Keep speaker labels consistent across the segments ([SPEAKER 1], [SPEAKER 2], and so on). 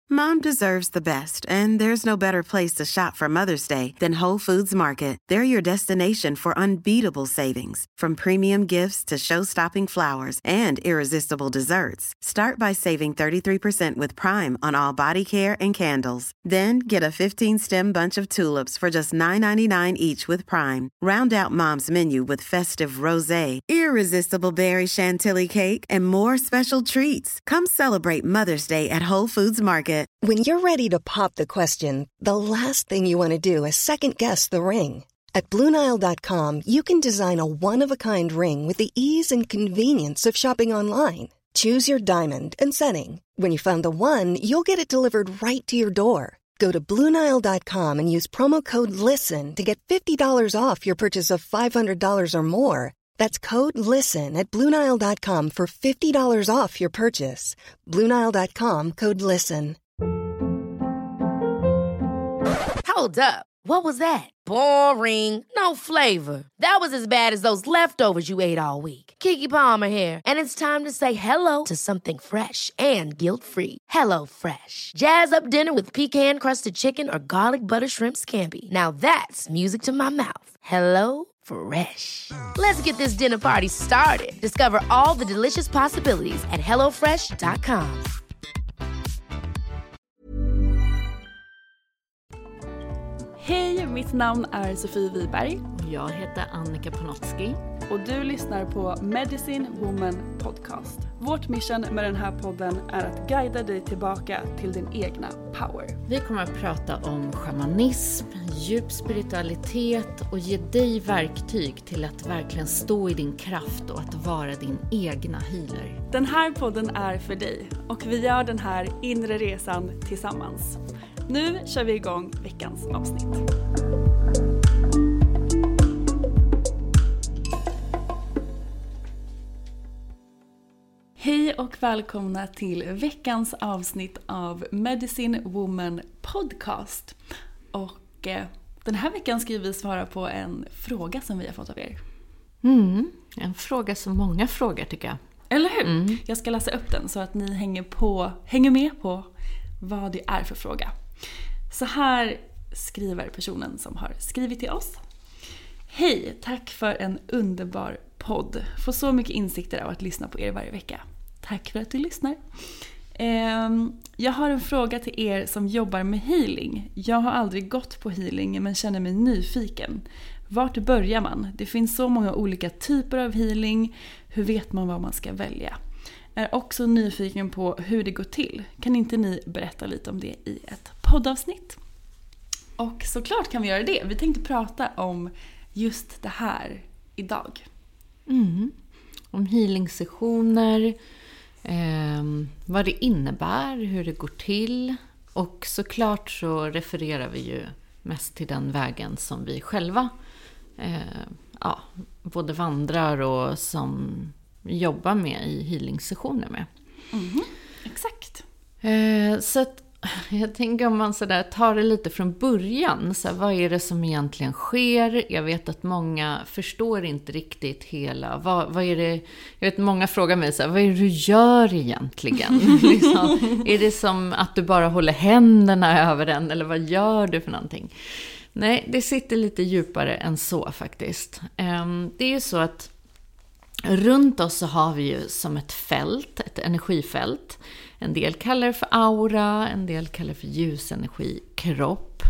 [SPEAKER 1] Mom deserves the best, and there's no better place to shop for Mother's Day than Whole Foods Market. They're your destination for unbeatable savings, from premium gifts to show-stopping flowers and irresistible desserts. Start by saving 33% with Prime on all body care and candles. Then get a 15-stem bunch of tulips for just $9.99 each with Prime. Round out Mom's menu with festive rosé, irresistible berry chantilly cake, and more special treats. Come celebrate Mother's Day at Whole Foods Market.
[SPEAKER 2] When you're ready to pop the question, the last thing you want to do is second-guess the ring. At BlueNile.com, you can design a one-of-a-kind ring with the ease and convenience of shopping online. Choose your diamond and setting. When you find the one, you'll get it delivered right to your door. Go to BlueNile.com and use promo code LISTEN to get $50 off your purchase of $500 or more. That's code LISTEN at BlueNile.com for $50 off your purchase. BlueNile.com, code LISTEN.
[SPEAKER 3] Hold up. What was that? Boring. No flavor. That was as bad as those leftovers you ate all week. Keke Palmer here, and it's time to say hello to something fresh and guilt-free. Hello Fresh. Jazz up dinner with pecan-crusted chicken or garlic butter shrimp scampi. Now that's music to my mouth. Hello Fresh. Let's get this dinner party started. Discover all the delicious possibilities at hellofresh.com.
[SPEAKER 4] Hej, mitt namn är Sofie Wiberg.
[SPEAKER 5] Jag heter Annika Panotski.
[SPEAKER 4] Och du lyssnar på Medicine Woman Podcast. Vårt mission med den här podden är att guida dig tillbaka till din egna power.
[SPEAKER 5] Vi kommer att prata om shamanism, djup spiritualitet och ge dig verktyg till att verkligen stå i din kraft och att vara din egna healer.
[SPEAKER 4] Den här podden är för dig och vi gör den här inre resan tillsammans. Nu kör vi igång veckans avsnitt. Hej och välkomna till veckans avsnitt av Medicine Woman Podcast. Och den här veckan ska vi svara på en fråga som vi har fått av er.
[SPEAKER 5] En fråga som många frågar tycker jag.
[SPEAKER 4] Eller hur? Jag ska läsa upp den så att ni hänger med på vad det är för fråga. Så här skriver personen som har skrivit till oss. Hej, tack för en underbar podd. Får så mycket insikter av att lyssna på er varje vecka. Tack för att du lyssnar. Jag har en fråga till er som jobbar med healing. Jag har aldrig gått på healing men känner mig nyfiken. Vart börjar man? Det finns så många olika typer av healing. Hur vet man vad man ska välja? Är också nyfiken på hur det går till. Kan inte ni berätta lite om det i ett poddavsnitt? Och såklart kan vi göra det. Vi tänkte prata om just det här idag.
[SPEAKER 5] Om healing-sessioner, vad det innebär, hur det går till. Och såklart så refererar vi ju mest till den vägen som vi själva både vandrar och som jobbar med i healing-sessioner med.
[SPEAKER 4] Exakt.
[SPEAKER 5] Så att jag tänker om man sådär tar det lite från början. Så här, vad är det som egentligen sker? Jag vet att många förstår inte riktigt hela. Vad är det? Jag vet många frågar mig så här, vad är det du gör egentligen? Liksom, är det som att du bara håller händerna över den? Eller vad gör du för någonting? Nej, det sitter lite djupare än så faktiskt. Det är ju så att runt oss så har vi ju som ett fält, ett energifält. En del kallar det för aura, en del kallar det för ljusenergi, kropp.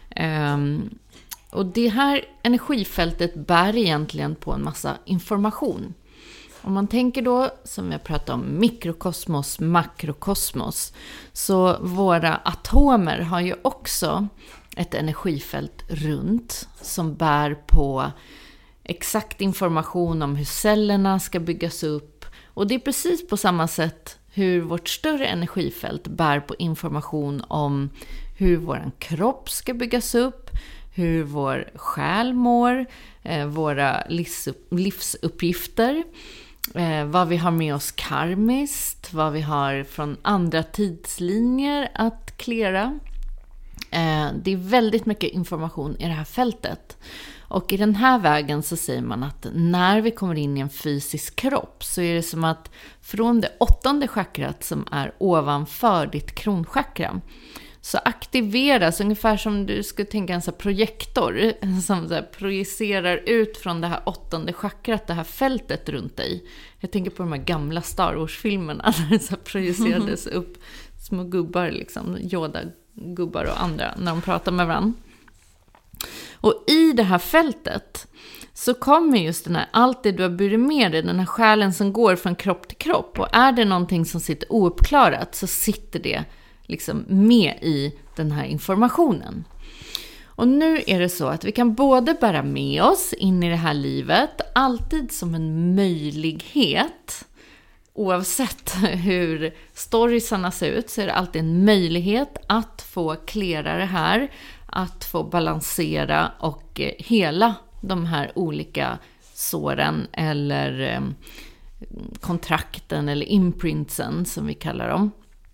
[SPEAKER 5] Och det här energifältet bär egentligen på en massa information. Om man tänker då, som jag pratade om, mikrokosmos, makrokosmos. Så våra atomer har ju också ett energifält runt som bär på exakt information om hur cellerna ska byggas upp. Och det är precis på samma sätt hur vårt större energifält bär på information om hur vår kropp ska byggas upp, hur vår själ mår, våra livsuppgifter, vad vi har med oss karmiskt, vad vi har från andra tidslinjer att klära. Det är väldigt mycket information i det här fältet. Och i den här vägen så säger man att när vi kommer in i en fysisk kropp så är det som att från det 8:e chakrat som är ovanför ditt kronchakra så aktiveras, ungefär som du skulle tänka en sån här projektor som så här projicerar ut från det här 8:e chakrat, det här fältet runt dig. Jag tänker på de här gamla Star Wars-filmerna där det så här projicerades upp små gubbar, liksom Yoda-gubbar och andra, när de pratar med varandra. Och i det här fältet så kommer just den här, allt det du har burit med dig, den här själen som går från kropp till kropp. Och är det någonting som sitter ouppklarat så sitter det liksom med i den här informationen. Och nu är det så att vi kan både bära med oss in i det här livet, alltid som en möjlighet. Oavsett hur storiesarna ser ut så är det alltid en möjlighet att få klära det här, att få balansera och hela de här olika såren eller kontrakten eller imprintsen som vi kallar dem.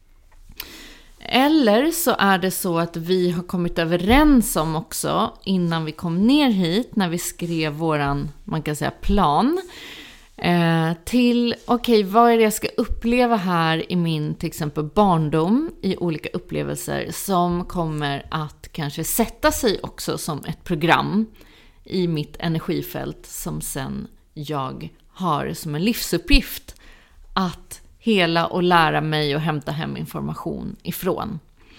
[SPEAKER 5] Eller så är det så att vi har kommit överens om också innan vi kom ner hit, när vi skrev våran, man kan säga, plan, till okej, vad är det jag ska uppleva här i min till exempel barndom, i olika upplevelser som kommer att kanske sätta sig också som ett program i mitt energifält som sen jag har som en livsuppgift att hela och lära mig och hämta hem information ifrån.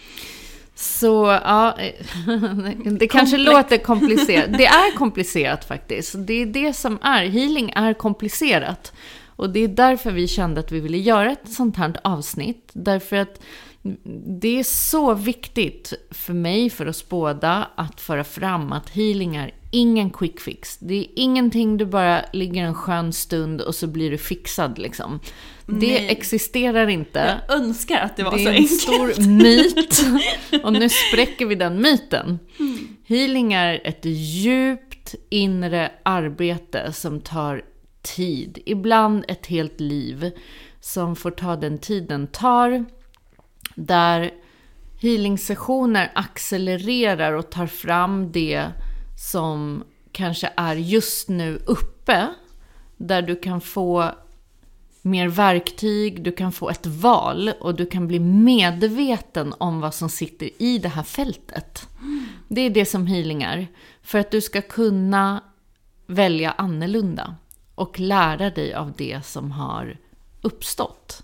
[SPEAKER 5] Så ja, det kanske låter komplicerat. Det är komplicerat faktiskt. Det är det som är. Healing är komplicerat. Och det är därför vi kände att vi ville göra ett sånt här avsnitt. Därför att det är så viktigt för mig, för oss båda, att föra fram att healing är ingen quick fix. Det är ingenting du bara ligger en skön stund och så blir du fixad liksom. Det existerar inte.
[SPEAKER 4] Jag önskar att det var så
[SPEAKER 5] enkelt. Det är en stor myt. Och nu spräcker vi den myten. Healing är ett djupt inre arbete som tar tid. Ibland ett helt liv som får ta den tiden tar. Där healing-sessioner accelererar och tar fram det som kanske är just nu uppe. Där du kan få mer verktyg, du kan få ett val och du kan bli medveten om vad som sitter i det här fältet. Det är det som healing är. För att du ska kunna välja annorlunda och lära dig av det som har uppstått.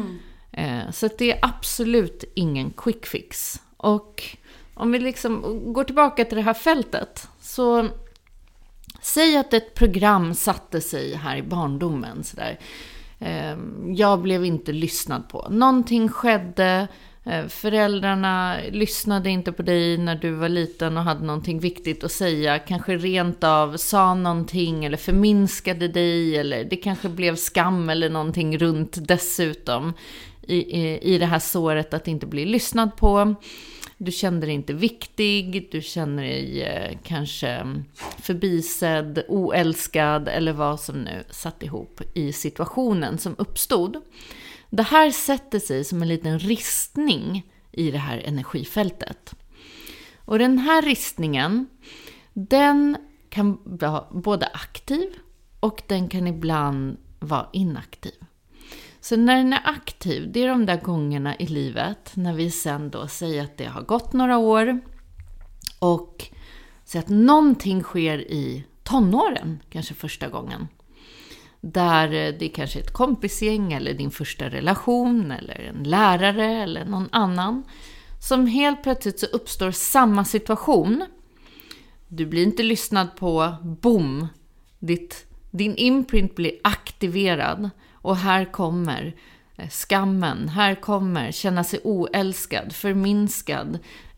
[SPEAKER 5] Så att det är absolut ingen quick fix. Och om vi liksom går tillbaka till det här fältet, så säg att ett program satte sig här i barndomen sådär. Jag blev inte lyssnad på. Någonting skedde. Föräldrarna lyssnade inte på dig när du var liten och hade någonting viktigt att säga. Kanske rent av sa någonting eller förminskade dig. Eller det kanske blev skam eller någonting runt dessutom. I det här såret att inte bli lyssnad på. Du kände dig inte viktig. Du känner dig kanske förbisedd, oälskad eller vad som nu satt ihop i situationen som uppstod. Det här sätter sig som en liten ristning i det här energifältet. Och den här ristningen, den kan vara både aktiv och den kan ibland vara inaktiv. Så när den är aktiv, det är de där gångerna i livet när vi sen då säger att det har gått några år och så att någonting sker i tonåren, kanske första gången. Där det kanske är ett kompisgäng eller din första relation eller en lärare eller någon annan. Som helt plötsligt så uppstår samma situation. Du blir inte lyssnad på, boom, din imprint blir aktiverad. Och här kommer skammen, här kommer känna sig oälskad, förminskad.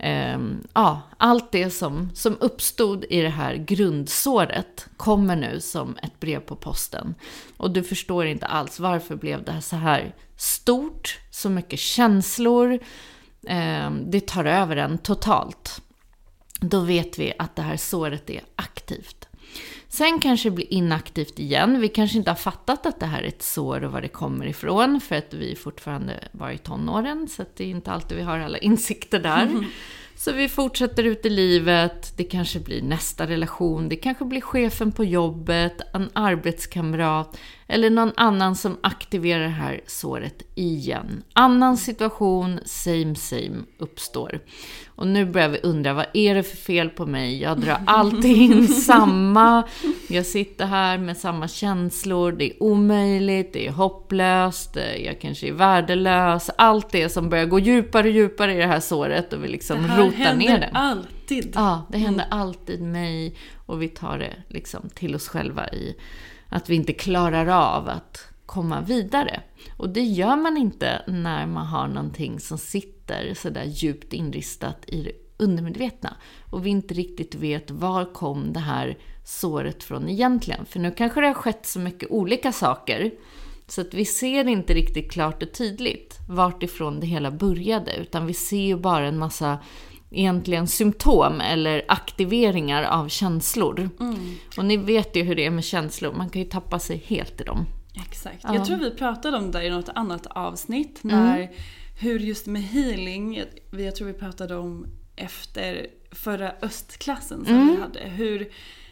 [SPEAKER 5] Allt det som uppstod i det här grundsåret kommer nu som ett brev på posten. Och du förstår inte alls varför blev det här så här stort, så mycket känslor. Det tar över en totalt. Då vet vi att det här såret är aktivt. Sen kanske det blir inaktivt igen. Vi kanske inte har fattat att det här är ett sår och var det kommer ifrån. För att vi fortfarande var i tonåren. Så att det är inte alltid vi har alla insikter där. Så vi fortsätter ut i livet, det kanske blir nästa relation, det kanske blir chefen på jobbet, en arbetskamrat eller någon annan som aktiverar det här såret igen. Annan situation, same uppstår. Och nu börjar vi undra, vad är det för fel på mig? Jag drar alltid in samma, jag sitter här med samma känslor, det är omöjligt, det är hopplöst, jag kanske är värdelös. Allt det som börjar gå djupare och djupare i det här såret och vi liksom rotar ner det.
[SPEAKER 4] Alltid.
[SPEAKER 5] Ja, det händer alltid mig och vi tar det liksom till oss själva i att vi inte klarar av att komma vidare. Och det gör man inte när man har någonting som sitter så där djupt inristat i det undermedvetna. Och vi inte riktigt vet var kom det här såret från egentligen. För nu kanske det har skett så mycket olika saker så att vi ser inte riktigt klart och tydligt vart ifrån det hela började. Utan vi ser ju bara en massa egentligen symptom eller aktiveringar av känslor. Och ni vet ju hur det är med känslor. Man kan ju tappa sig helt i dem.
[SPEAKER 4] Exakt. Jag tror vi pratade om det i något annat avsnitt. När, hur just med healing, jag tror vi pratade om efter förra östklassen som vi hade. Hur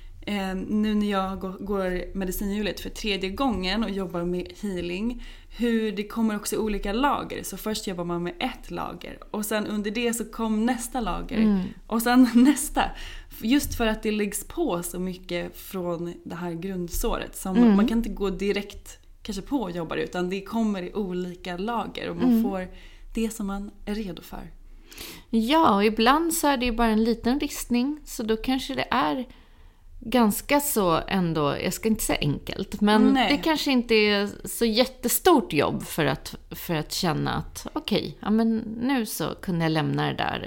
[SPEAKER 4] nu när jag går medicinhjulet för 3:e gången och jobbar med healing, hur det kommer också olika lager. Så först jobbar man med ett lager och sen under det så kom nästa lager och sen nästa. Just för att det läggs på så mycket från det här grundsåret som man kan inte gå direkt kanske på och jobba utan det kommer i olika lager och man får det som man är redo för. Ja, och ibland så är det ju bara en liten ristning så då kanske det är ganska så ändå, jag ska inte säga enkelt, men det kanske inte är så jättestort jobb för att känna att okej, ja men nu så kunde jag lämna det där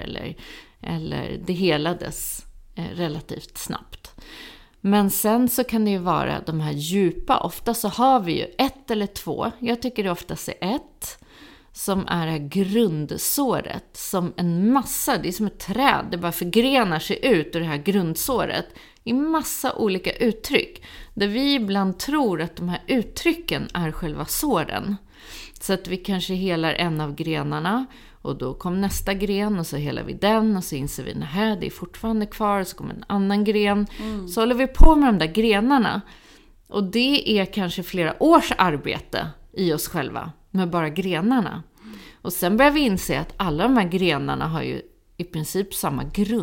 [SPEAKER 4] eller det helades relativt snabbt. Men sen så kan det ju vara de här djupa, ofta så har vi ju 1 eller 2, jag tycker det oftast är 1 som är det här grundsåret som en massa, det är som ett träd, det bara förgrenar sig ut ur det här grundsåret i massa olika uttryck. Där vi ibland tror att de här uttrycken är själva såren. Så att vi kanske helar en av grenarna och då kom nästa gren och så helar vi den och så inser vi att det är fortfarande kvar och så kommer en annan gren. Så håller vi på med de där grenarna och det är kanske flera års arbete i oss själva med bara grenarna. Och sen börjar vi inse att alla de här grenarna har ju i princip samma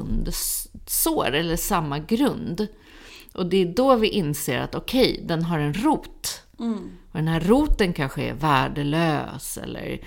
[SPEAKER 4] grundsår eller samma grund. Och det är då vi inser att okej, den har en rot. Och den här roten kanske är värdelös eller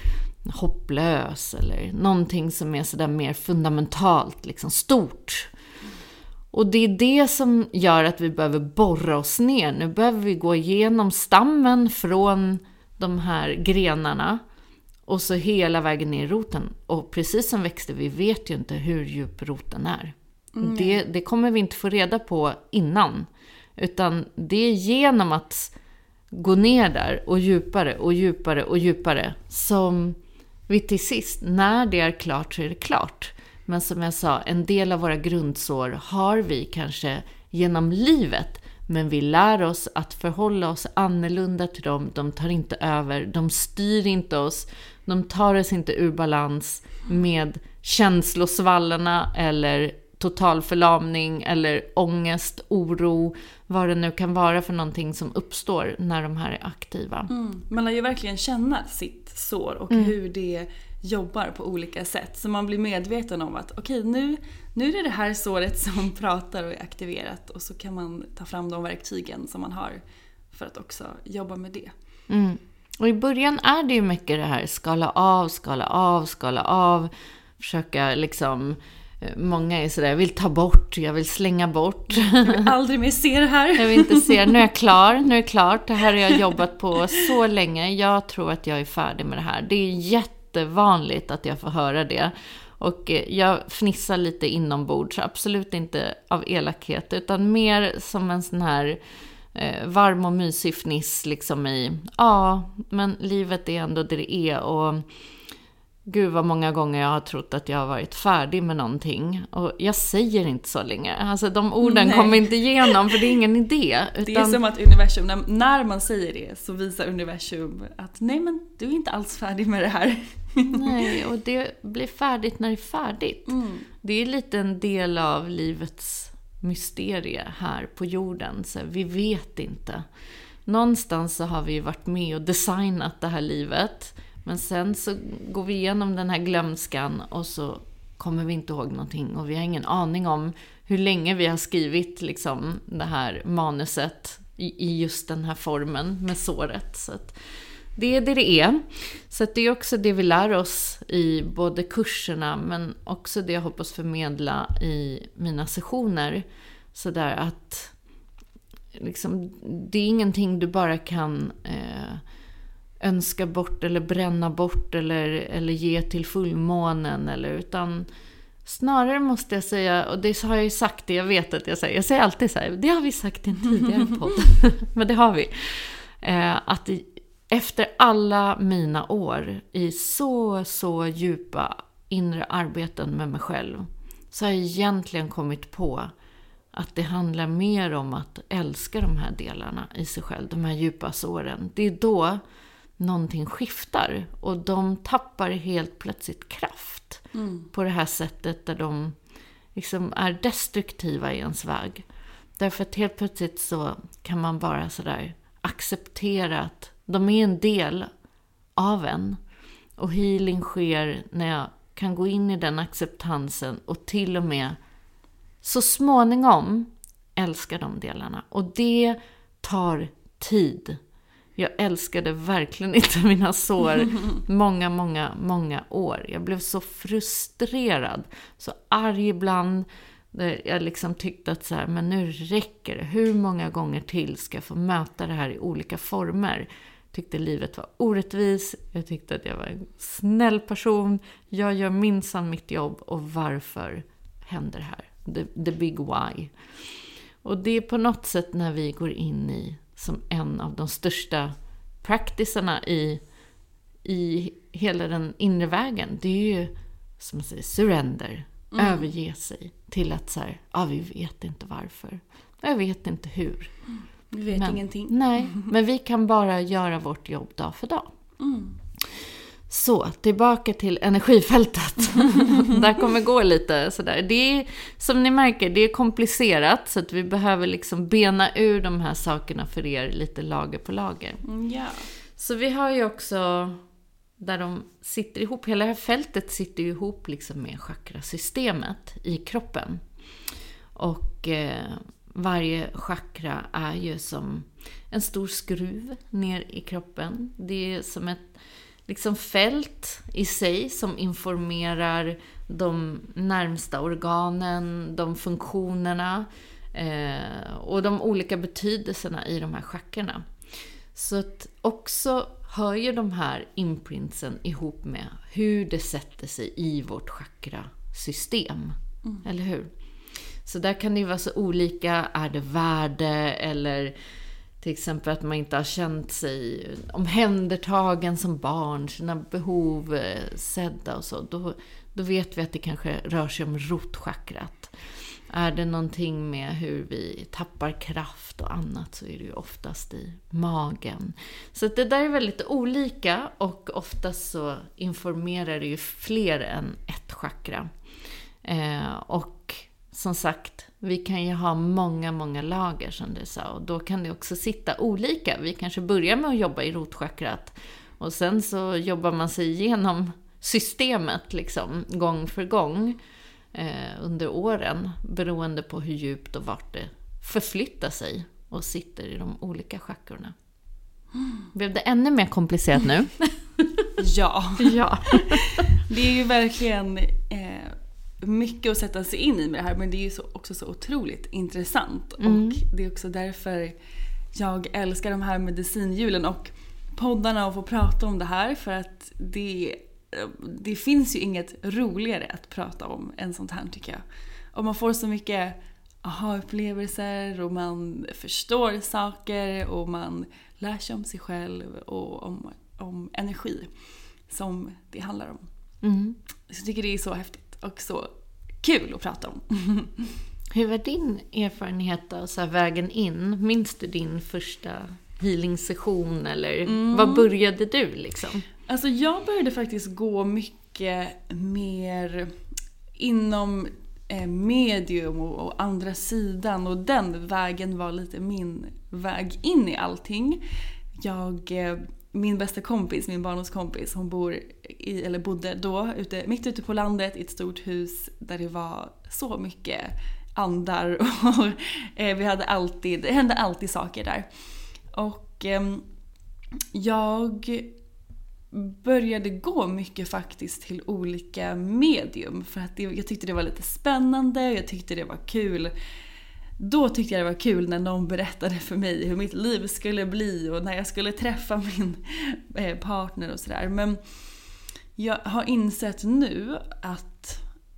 [SPEAKER 4] hopplös eller någonting som är sådär mer fundamentalt, liksom stort. Och det är det som gör att vi behöver borra oss ner. Nu behöver vi gå igenom stammen från de här grenarna och så hela vägen ner i roten. Och precis som växter, vi vet ju inte hur djup roten är. Det kommer vi inte få reda på innan. Utan det är genom att gå ner där och djupare och djupare och djupare som vi till sist, när det är klart så är det klart. Men som jag sa, en del av våra grundsår har vi kanske genom livet. Men vi lär oss att förhålla oss annorlunda till dem. De tar inte över, de styr inte oss. De tar oss inte ur balans med känslosvallarna eller total förlamning eller ångest, oro. Vad det nu kan vara för någonting som uppstår när de här är aktiva. Man lär ju verkligen känna sitt sår och hur det jobbar på olika sätt. Så man blir medveten om att okej, nu är det här såret som pratar och är aktiverat. Och så kan man ta fram de verktygen som man har för att också jobba med det.
[SPEAKER 5] Och i början är det ju mycket det här skala av. Försöka liksom, många är sådär, jag vill ta bort, jag vill slänga bort.
[SPEAKER 4] Jag vill aldrig mer se det här.
[SPEAKER 5] Jag vill inte se det, nu är jag klart. Det här har jag jobbat på så länge. Jag tror att jag är färdig med det här. Det är jättevanligt att jag får höra det. Och jag fnissar lite inombords, absolut inte av elakhet utan mer som en sån här varm och mysig fniss liksom i, men livet är ändå det det är och Gud vad många gånger jag har trott att jag har varit färdig med någonting. Och jag säger inte så länge. Alltså de orden kommer inte igenom för det är ingen idé. Utan...
[SPEAKER 4] Det är som att universum, när man säger det så visar universum att nej men du är inte alls färdig med det här.
[SPEAKER 5] Nej, och det blir färdigt när det är färdigt. Det är lite en del av livets mysterie här på jorden. Så vi vet inte. Någonstans så har vi varit med och designat det här livet. Men sen så går vi igenom den här glömskan och så kommer vi inte ihåg någonting. Och vi har ingen aning om hur länge vi har skrivit liksom, det här manuset i just den här formen med såret. Så att det är det är. Så att det är också det vi lär oss i både kurserna men också det jag hoppas förmedla i mina sessioner. Så där att liksom, det är ingenting du bara kan... önska bort eller bränna bort eller ge till fullmånen utan snarare måste jag säga, och det har jag ju sagt det, jag vet att jag säger alltid så här, det har vi sagt i en tidigare podd men det har vi att efter alla mina år i så djupa inre arbeten med mig själv så har jag egentligen kommit på att det handlar mer om att älska de här delarna i sig själv, de här djupa såren. Det är då någonting skiftar och de tappar helt plötsligt kraft på det här sättet där de liksom är destruktiva i ens väg. Därför att helt plötsligt så kan man bara sådär acceptera att de är en del av en. Och healing sker när jag kan gå in i den acceptansen och till och med så småningom älska de delarna. Och det tar tid. Jag älskade verkligen inte mina sår många år. Jag blev så frustrerad, så arg ibland. Där jag liksom tyckte att så här, men nu räcker det. Hur många gånger till ska jag få möta det här i olika former? Jag tyckte livet var orättvis. Jag tyckte att jag var en snäll person. Jag gör minsann mitt jobb. Och varför händer det här? The big why. Och det är på något sätt när vi går in i som en av de största praktiserna i hela den inre vägen. Det är ju som man säger surrender. Överge sig till att så här, vi vet inte varför. Jag vet inte hur.
[SPEAKER 4] Vi vet ingenting.
[SPEAKER 5] Nej, men vi kan bara göra vårt jobb dag för dag. Så, tillbaka till energifältet. Där kommer gå lite sådär. Det är, som ni märker, det är komplicerat. Så att vi behöver liksom bena ur de här sakerna för er lite lager på lager.
[SPEAKER 4] Ja.
[SPEAKER 5] Så vi har ju också, där de sitter ihop, hela det här fältet sitter ju ihop liksom med chakrasystemet i kroppen. Och varje chakra är ju som en stor skruv ner i kroppen. Det är som ett liksom fält i sig som informerar de närmsta organen, de funktionerna och de olika betydelserna i de här chakrarna. Så att också hör ju de här imprintsen ihop med hur det sätter sig i vårt chakrasystem. Eller hur? Så där kan det ju vara så olika. Är det värde eller till exempel att man inte har känt sig omhändertagen som barn, sina behov sedda och så. Då vet vi att det kanske rör sig om rotchakrat. Är det någonting med hur vi tappar kraft och annat så är det ju oftast i magen. Så det där är väldigt olika och oftast så informerar det ju fler än ett chakra. Och som sagt, vi kan ju ha många lager som du sa. Och då kan det också sitta olika. Vi kanske börjar med att jobba i rotchakrat. Och sen så jobbar man sig igenom systemet liksom, gång för gång. Under åren. Beroende på hur djupt och vart det förflyttar sig. Och sitter i de olika chakrorna. Blev det ännu mer komplicerat nu?
[SPEAKER 4] Ja. Det är ju verkligen mycket att sätta sig in i med det här. Men det är ju också så otroligt intressant. Och det är också därför jag älskar de här medicinhjulen och poddarna och få prata om det här. För att det finns ju inget roligare att prata om än sånt här tycker jag. Och man får så mycket aha-upplevelser och man förstår saker och man lär sig om sig själv och om energi som det handlar om. Så jag tycker det är så häftigt och så kul att prata om.
[SPEAKER 5] Hur var din erfarenhet av så här vägen in? Minns du din första healing-session eller vad började du liksom?
[SPEAKER 4] Alltså jag började faktiskt gå mycket mer inom medium och andra sidan, och den vägen var lite min väg in i allting. Min bästa kompis, min barndomskompis, hon bodde då mitt ute på landet i ett stort hus där det var så mycket andar och det hände alltid saker där. Och jag började gå mycket faktiskt till olika medium för att jag tyckte det var lite spännande och jag tyckte det var kul. Då tyckte jag det var kul när någon berättade för mig hur mitt liv skulle bli och när jag skulle träffa min partner och sådär. Men jag har insett nu att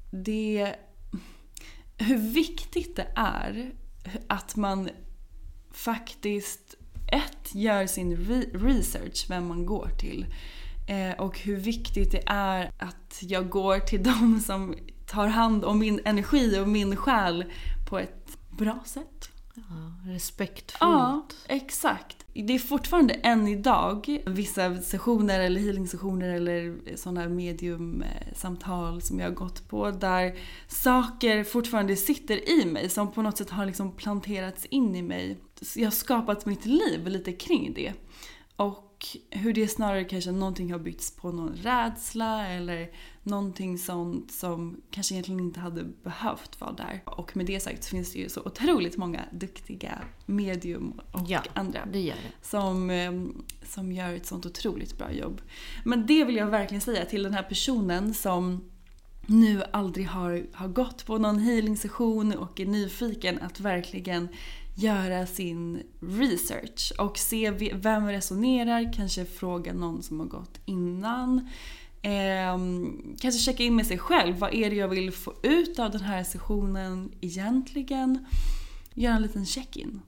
[SPEAKER 4] hur viktigt det är att man faktiskt gör sin research vem man går till. Och hur viktigt det är att jag går till dem som tar hand om min energi och min själ på ett bra sätt.
[SPEAKER 5] Ja, respektfullt.
[SPEAKER 4] Ja, exakt. Det är fortfarande än idag vissa sessioner eller healing-sessioner eller sådana mediumsamtal som jag har gått på där saker fortfarande sitter i mig som på något sätt har liksom planterats in i mig. Jag har skapat mitt liv lite kring det. Och hur det snarare kanske någonting har byggts på någon rädsla eller någonting sånt som kanske egentligen inte hade behövt vara där. Och med det sagt så finns det ju så otroligt många duktiga medium och andra
[SPEAKER 5] det gör det.
[SPEAKER 4] Som gör ett sånt otroligt bra jobb. Men det vill jag verkligen säga till den här personen som nu aldrig har gått på någon healing-session och är nyfiken att verkligen göra sin research och se vem resonerar, kanske fråga någon som har gått innan. Kanske checka in med sig själv. Vad är det jag vill få ut av den här sessionen egentligen? Göra en liten check-in.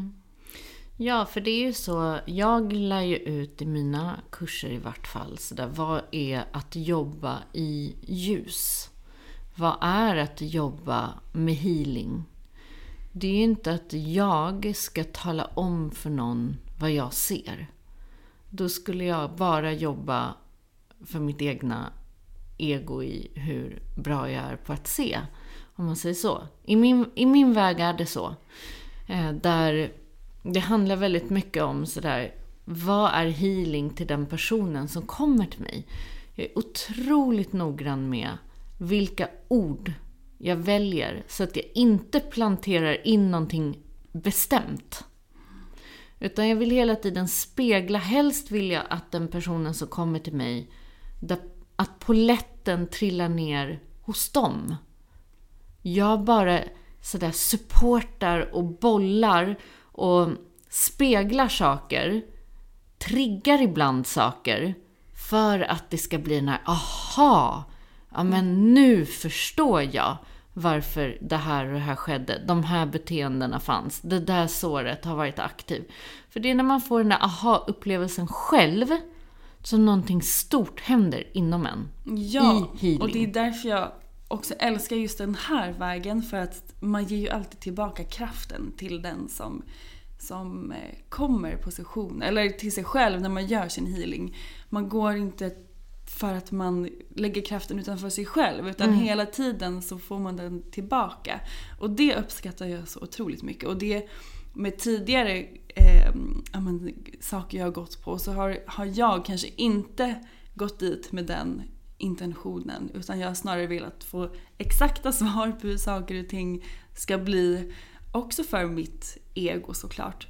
[SPEAKER 5] Ja, för det är ju så. Jag lär ju ut i mina kurser i vart fall. Så där, vad är att jobba i ljus? Vad är att jobba med healing? Det är ju inte att jag ska tala om för någon vad jag ser. Då skulle jag bara jobba för mitt egna ego i hur bra jag är på att se. Om man säger så. I min väg är det så. Där det handlar väldigt mycket om sådär, vad är healing till den personen som kommer till mig? Jag är otroligt noggrann med vilka ord jag väljer så att jag inte planterar in någonting bestämt. Utan jag vill hela tiden spegla, helst vill jag att den personen som kommer till mig, att poletten trillar ner hos dem. Jag bara sådär supportar och bollar och speglar saker, triggar ibland saker för att det ska bli den här, aha, ja men nu förstår jag varför det här och det här skedde. De här beteendena fanns. Det där såret har varit aktiv. För det är när man får den där aha-upplevelsen själv som någonting stort händer inom en.
[SPEAKER 4] Ja,
[SPEAKER 5] i healing.
[SPEAKER 4] Och det är därför jag också älskar just den här vägen. För att man ger ju alltid tillbaka kraften till den som kommer på session. Eller till sig själv när man gör sin healing. Man går inte för att man lägger kraften utanför sig själv. Utan hela tiden så får man den tillbaka. Och det uppskattar jag så otroligt mycket. Och det med tidigare saker jag har gått på så har jag kanske inte gått dit med den intentionen. Utan jag har snarare velat få exakta svar på hur saker och ting ska bli. Också för mitt ego såklart.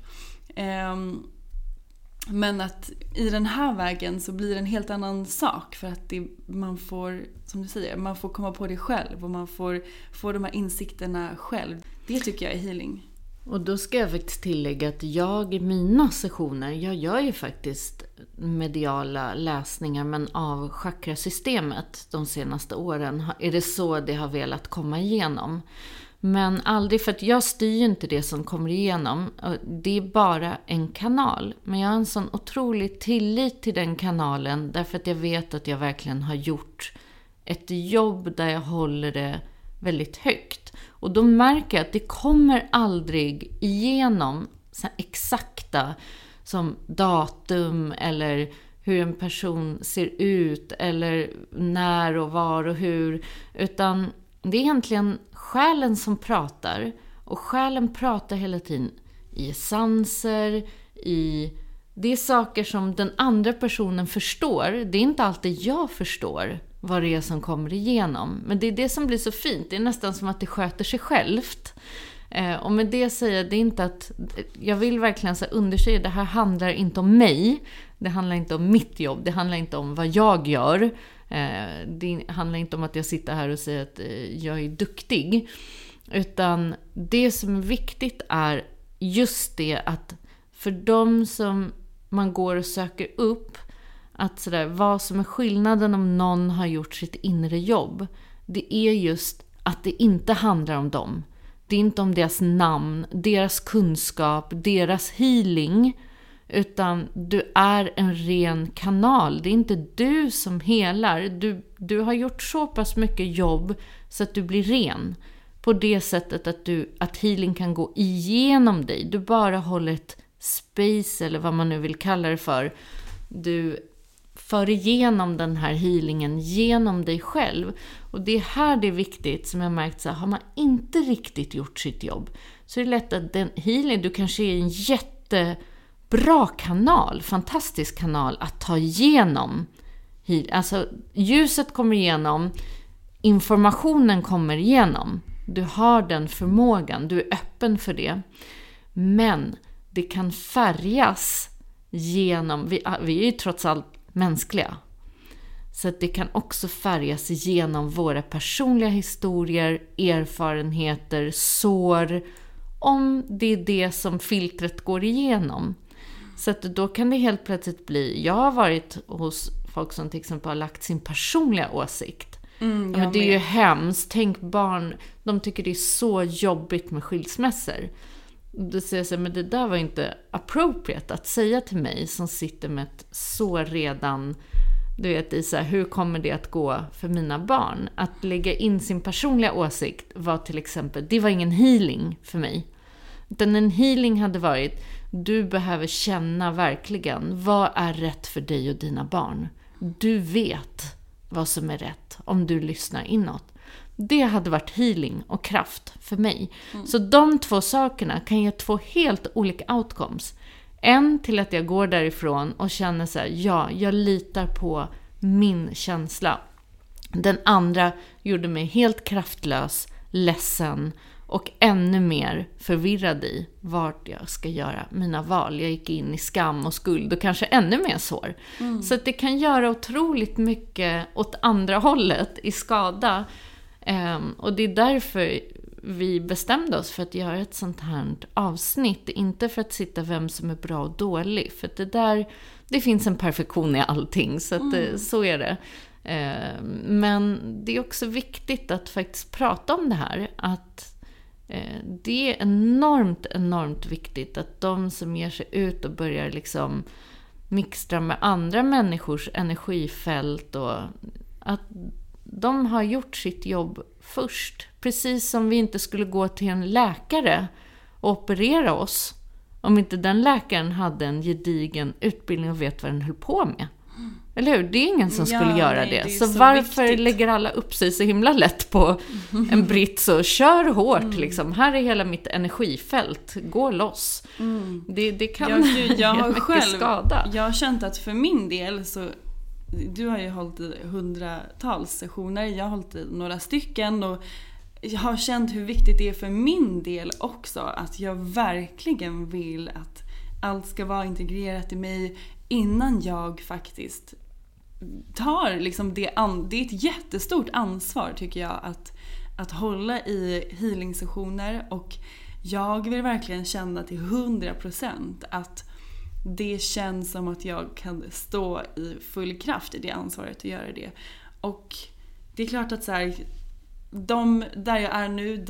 [SPEAKER 4] Men att i den här vägen så blir det en helt annan sak. För att man får, som du säger, man får komma på det själv. Och man får få de här insikterna själv. Det tycker jag är healing.
[SPEAKER 5] Och då ska jag faktiskt tillägga att jag i mina sessioner, jag gör ju faktiskt mediala läsningar men av chakrasystemet de senaste åren är det så det har velat komma igenom. Men aldrig, för att jag styr inte det som kommer igenom. Det är bara en kanal. Men jag har en sån otrolig tillit till den kanalen. Därför att jag vet att jag verkligen har gjort ett jobb där jag håller det väldigt högt. Och då märker jag att det kommer aldrig igenom så exakta som datum eller hur en person ser ut eller när och var och hur, utan det är egentligen själen som pratar, och själen pratar hela tiden i essenser, det är saker som den andra personen förstår. Det är inte alltid jag förstår vad det är som kommer igenom, men det är det som blir så fint. Det är nästan som att det sköter sig självt. Och med det säger det inte att jag vill verkligen så undersöka, det här handlar inte om mig, det handlar inte om mitt jobb, det handlar inte om vad jag gör, det handlar inte om att jag sitter här och säger att jag är duktig, utan det som är viktigt är just det att för de som man går och söker upp, att sådär, vad som är skillnaden om någon har gjort sitt inre jobb, det är just att det inte handlar om dem. Det är inte om deras namn, deras kunskap, deras healing, utan du är en ren kanal. Det är inte du som helar. Du har gjort så pass mycket jobb så att du blir ren. På det sättet att healing kan gå igenom dig. Du bara håller ett space, eller vad man nu vill kalla det för. Du för igenom den här healingen genom dig själv. Och det är här det är viktigt, som jag märkt, så har man inte riktigt gjort sitt jobb, så är det lätt att den healing, du kanske är en jättebra kanal, fantastisk kanal att ta igenom. Alltså ljuset kommer igenom, informationen kommer igenom. Du har den förmågan, du är öppen för det. Men det kan färgas genom, vi är ju trots allt mänskliga. Så att det kan också färgas genom våra personliga historier, erfarenheter, sår, om det är det som filtret går igenom. Så att då kan det helt plötsligt bli, jag har varit hos folk som till exempel har lagt sin personliga åsikt. Men det är ju hemskt, tänk barn, de tycker det är så jobbigt med skilsmässor. Då säger jag så här, men det där var inte appropriate att säga till mig som sitter med ett så redan, du vet, i så här, hur kommer det att gå för mina barn? Att lägga in sin personliga åsikt var till exempel, det var ingen healing för mig. Utan en healing hade varit, du behöver känna verkligen, vad är rätt för dig och dina barn? Du vet vad som är rätt om du lyssnar inåt. Det hade varit healing och kraft för mig. Så de två sakerna kan ge två helt olika outcomes. En till att jag går därifrån och känner så här, ja, jag litar på min känsla. Den andra gjorde mig helt kraftlös, ledsen och ännu mer förvirrad i vart jag ska göra mina val. Jag gick in i skam och skuld och kanske ännu mer sår. Så att det kan göra otroligt mycket åt andra hållet i skada. Och det är därför vi bestämde oss för att göra ett sånt här avsnitt. Inte för att sitta vem som är bra och dålig. För att det finns en perfektion i allting. Så att så är det. Men det är också viktigt att faktiskt prata om det här. Att det är enormt viktigt att de som ger sig ut och börjar liksom mixtra med andra människors energifält, och att de har gjort sitt jobb först. Precis som vi inte skulle gå till en läkare och operera oss om inte den läkaren hade en gedigen utbildning och vet vad den höll på med. Eller hur? Det är ingen som skulle göra det. Så varför viktigt. Lägger alla upp sig så himla lätt på en brits och kör hårt liksom. Här är hela mitt energifält. Gå loss. Det kan
[SPEAKER 4] jag
[SPEAKER 5] mycket
[SPEAKER 4] själv,
[SPEAKER 5] skada.
[SPEAKER 4] Jag har känt att för min del så, du har ju hållit i 100-tals sessioner, jag har hållit i några stycken, och jag har känt hur viktigt det är för min del också, att jag verkligen vill att allt ska vara integrerat i mig innan jag faktiskt tar liksom det är ett jättestort ansvar tycker jag att hålla i healing-sessioner, och jag vill verkligen känna till 100% att det känns som att jag kan stå i full kraft i det ansvaret att göra det. Och det är klart att så här, de där jag är nu, de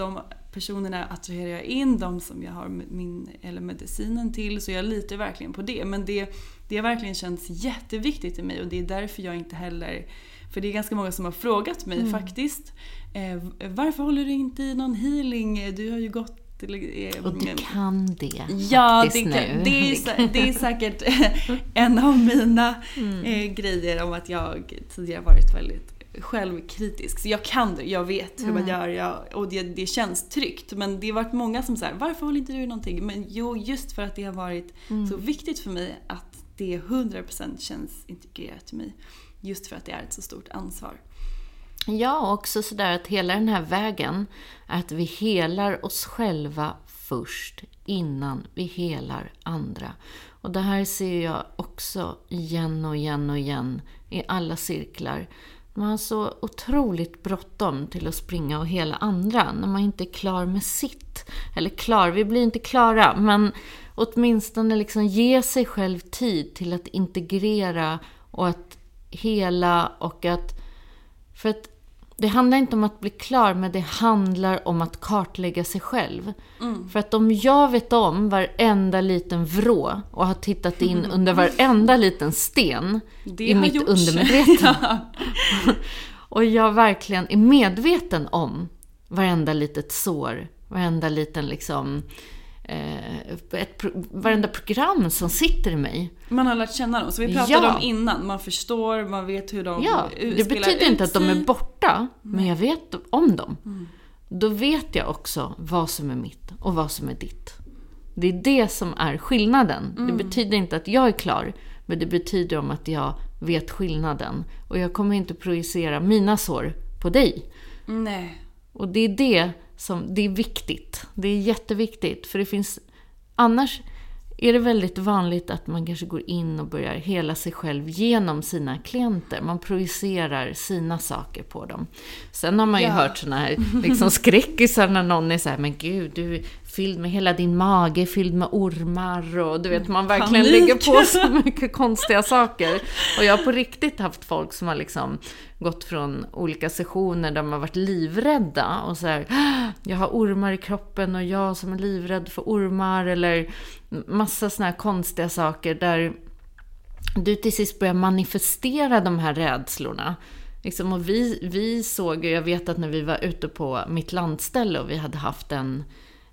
[SPEAKER 4] personerna attraherar jag in, de som jag har min eller medicinen till, så jag litar verkligen på det. Men det verkligen känns jätteviktigt i mig, och det är därför jag inte heller, för det är ganska många som har frågat mig faktiskt, varför håller du inte i någon healing? Du har ju gått
[SPEAKER 5] och du kan det.
[SPEAKER 4] Ja, det är säkert en av mina grejer, om att jag tidigare varit väldigt självkritisk. Så jag kan det, jag vet hur man gör, och det känns tryggt. Men det har varit många som säger, varför håller inte du någonting? Men jo, just för att det har varit så viktigt för mig att det 100% känns integrerat till mig. Just för att det är ett så stort ansvar.
[SPEAKER 5] Ja, också sådär att hela den här vägen är att vi helar oss själva först innan vi helar andra. Och det här ser jag också igen och igen och igen i alla cirklar. Man har så otroligt bråttom till att springa och hela andra när man inte är klar med sitt. Eller klar, vi blir inte klara, men åtminstone liksom ge sig själv tid till att integrera och att hela, och att, för att det handlar inte om att bli klar, men det handlar om att kartlägga sig själv. För att om jag vet om varenda liten vrå och har tittat in under varenda liten sten i mitt undermedvetna. Och jag verkligen är medveten om varenda litet sår, varenda liten liksom varenda program som sitter i mig.
[SPEAKER 4] Man har lärt känna dem, så vi pratade om innan. Man förstår, man vet hur de
[SPEAKER 5] det betyder inte att de är borta, men jag vet om dem. Då vet jag också vad som är mitt och vad som är ditt. Det är det som är skillnaden. Det betyder inte att jag är klar, men det betyder om att jag vet skillnaden. Och jag kommer inte projicera mina sår på dig.
[SPEAKER 4] Nej.
[SPEAKER 5] Och det är det som, det är viktigt. Det är jätteviktigt. För det finns, annars är det väldigt vanligt att man kanske går in och börjar hela sig själv genom sina klienter. Man projicerar sina saker på dem. Sen har man ju hört såna här liksom skräckisar när någon är så här, men gud, du är fylld med hela din mage, fylld med ormar, och du vet, man verkligen lägger på så mycket konstiga saker. Och jag har på riktigt haft folk som har liksom gått från olika sessioner där man har varit livrädda och så här, jag har ormar i kroppen och jag som är livrädd för ormar, eller massa såna här konstiga saker där du till sist börjar manifestera de här rädslorna. Liksom, och vi såg, jag vet att när vi var ute på mitt landställe och vi hade haft en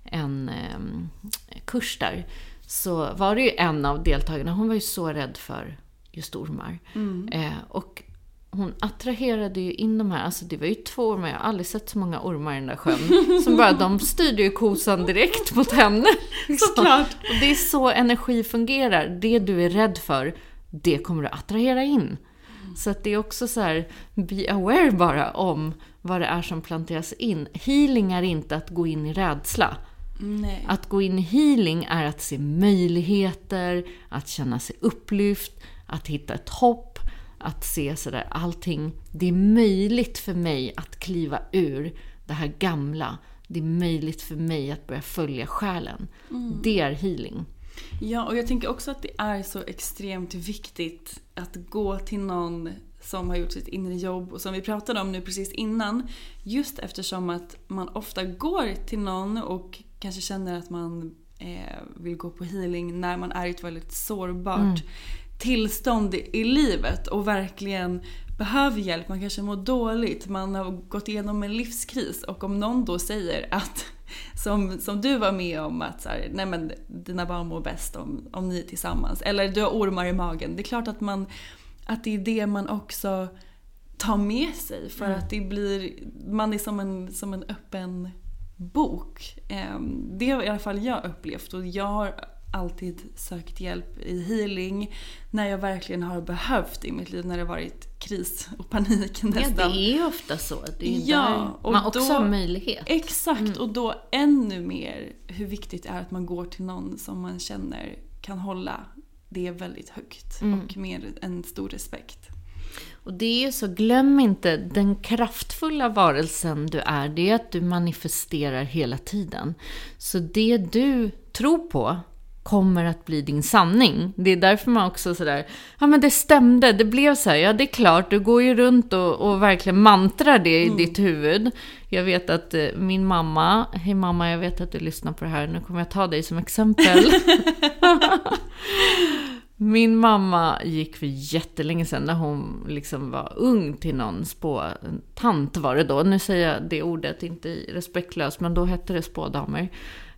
[SPEAKER 5] kurs där, så var det ju en av deltagarna, hon var ju så rädd för just ormar. Och hon attraherade ju in de här, alltså det var ju 2 ormar, jag har aldrig sett så många ormar i den där sjön, som bara, de styrde ju kosan direkt mot henne.
[SPEAKER 4] Såklart.
[SPEAKER 5] Och det är så energi fungerar. Det du är rädd för, det kommer du attrahera in. Så att det är också så här, be aware bara om vad det är som planteras in. Healing är inte att gå in i rädsla.
[SPEAKER 4] Nej.
[SPEAKER 5] Att gå in i healing är att se möjligheter, att känna sig upplyft, att hitta ett hopp, att se sådär allting. Det är möjligt för mig att kliva ur det här gamla. Det är möjligt för mig att börja följa själen. Det är healing.
[SPEAKER 4] Ja, och jag tänker också att det är så extremt viktigt att gå till någon som har gjort sitt inre jobb, och som vi pratade om nu precis innan, just eftersom att man ofta går till någon och kanske känner att man vill gå på healing när man är i ett väldigt sårbart tillstånd i livet och verkligen behöver hjälp. Man kanske mår dåligt, man har gått igenom en livskris, och om någon då säger att som du var med om, att så här, nej men dina barn mår bäst om ni är tillsammans, eller du har ormar i magen, det är klart att det är det man också tar med sig, för att det blir, man är som en öppen bok. Det har i alla fall jag upplevt, och jag har alltid sökt hjälp i healing när jag verkligen har behövt i mitt liv, när det har varit kris och panik nästan.
[SPEAKER 5] Ja, det är ju ofta så. Det är där man också har möjlighet.
[SPEAKER 4] Exakt, och då ännu mer hur viktigt det är att man går till någon som man känner kan hålla det väldigt högt och med en stor respekt.
[SPEAKER 5] Och det är ju så, glöm inte, den kraftfulla varelsen du är, det är att du manifesterar hela tiden. Så det du tror på, kommer att bli din sanning. Det är därför man också sådär, ja men det stämde, det blev så här, ja det är klart, du går ju runt och verkligen mantrar det i ditt huvud. Jag vet att min mamma, hej mamma, jag vet att du lyssnar på det här, nu kommer jag ta dig som exempel. Min mamma gick för jättelänge sedan när hon liksom var ung till någon tant var det då. Nu säger jag det ordet, inte respektlöst, men då hette det spådamer.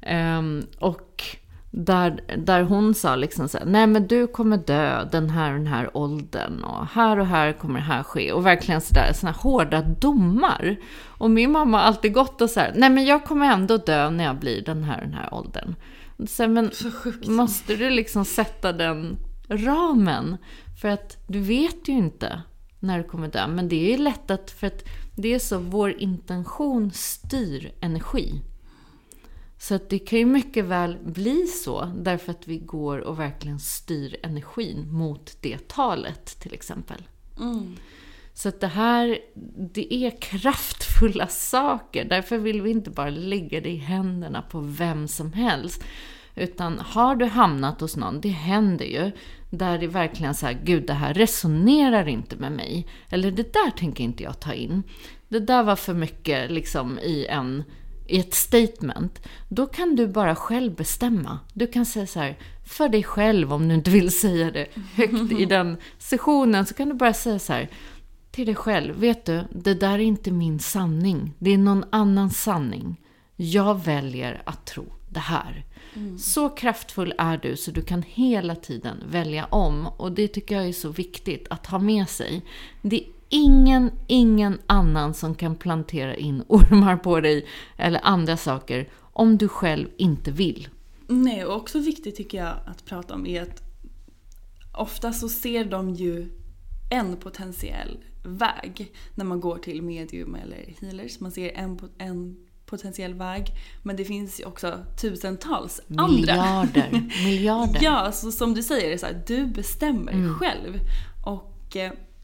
[SPEAKER 5] Och där hon sa liksom så här, nej men du kommer dö den här åldern och här kommer det här ske. Och verkligen såna hårda domar. Och min mamma har alltid gått och så här, nej men jag kommer ändå dö när jag blir den här åldern. Så, men måste du liksom sätta den ramen? För att du vet ju inte när du kommer dö. Men det är ju lätt för att det är så, vår intention styr energi. Så att det kan ju mycket väl bli så, därför att vi går och verkligen styr energin mot det talet till exempel. Så att det är kraftfulla saker. Därför vill vi inte bara lägga det i händerna på vem som helst. Utan har du hamnat hos någon, det händer ju, där det verkligen så här, gud det här resonerar inte med mig. Eller det där tänker inte jag ta in. Det där var för mycket liksom i ett statement. Då kan du bara själv bestämma. Du kan säga så här, för dig själv, om du inte vill säga det högt i den sessionen, så kan du bara säga så här till dig själv, vet du, det där är inte min sanning. Det är någon annans sanning. Jag väljer att tro det här. Så kraftfull är du så du kan hela tiden välja om. Och det tycker jag är så viktigt att ha med sig. Det är ingen annan som kan plantera in ormar på dig eller andra saker om du själv inte vill.
[SPEAKER 4] Nej, och också viktigt tycker jag att prata om är att ofta så ser de ju en potentiell väg när man går till medium eller healers. Man ser en potentiell väg, men det finns ju också tusentals andra. Miljarder. Ja, så som du säger, det är så här, du bestämmer själv. Och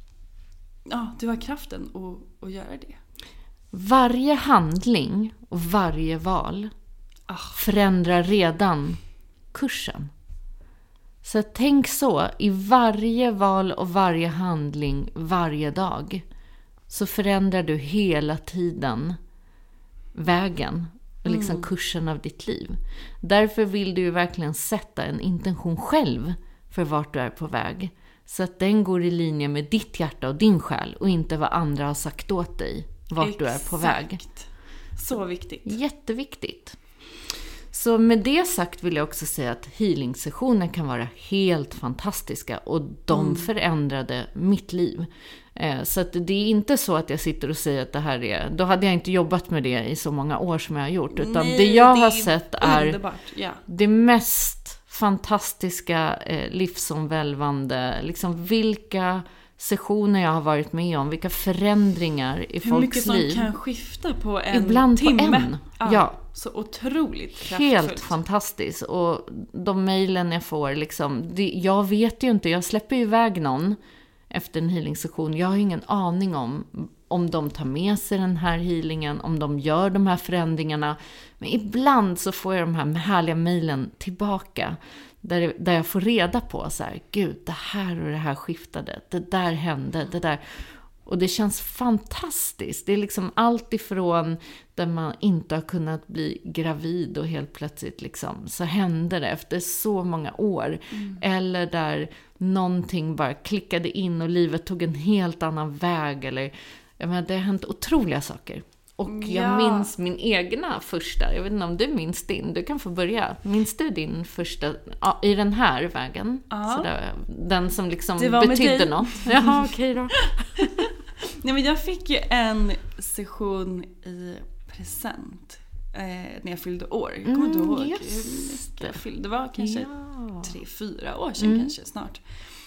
[SPEAKER 4] ja, du har kraften att göra det.
[SPEAKER 5] Varje handling och varje val förändrar redan kursen. Så tänk så, i varje val och varje handling varje dag så förändrar du hela tiden vägen och liksom kursen av ditt liv. Därför vill du ju verkligen sätta en intention själv för vart du är på väg. Så att den går i linje med ditt hjärta och din själ och inte vad andra har sagt åt dig vart du är på väg.
[SPEAKER 4] Så viktigt.
[SPEAKER 5] Jätteviktigt. Så med det sagt vill jag också säga att healing-sessioner kan vara helt fantastiska och de förändrade mitt liv. Så att det är inte så att jag sitter och säger att det här är... Då hade jag inte jobbat med det i så många år som jag har gjort. Utan det jag har sett är det mest fantastiska, livsomvälvande. Liksom vilka sessioner jag har varit med om. Vilka förändringar i folks liv. Hur mycket som
[SPEAKER 4] kan skifta på en
[SPEAKER 5] ibland
[SPEAKER 4] timme.
[SPEAKER 5] På en. Ja.
[SPEAKER 4] Så otroligt kraftfullt.
[SPEAKER 5] Helt fantastiskt. Och de mejlen jag får, liksom, jag vet ju inte, jag släpper ju iväg någon efter en healing-session. Jag har ingen aning om de tar med sig den här healingen, om de gör de här förändringarna. Men ibland så får jag de här härliga mejlen tillbaka. Där jag får reda på så här, gud, det här och det här skiftade. Det där hände, det där. Och det känns fantastiskt. Det är liksom allt ifrån där man inte har kunnat bli gravid och helt plötsligt liksom, så händer det efter så många år. Eller där någonting bara klickade in och livet tog en helt annan väg. Eller, jag menar, det har hänt otroliga saker. Och jag minns min egna första, jag vet inte om du minns din, du kan få börja. Minns du din första, i den här vägen? Så där, den som liksom betydde något. Ja, okej då.
[SPEAKER 4] Nej, men jag fick ju en session i present när jag fyllde år. Jag kommer inte ihåg hur mycket jag fyllde. Det var kanske 3-4 år sedan kanske snart.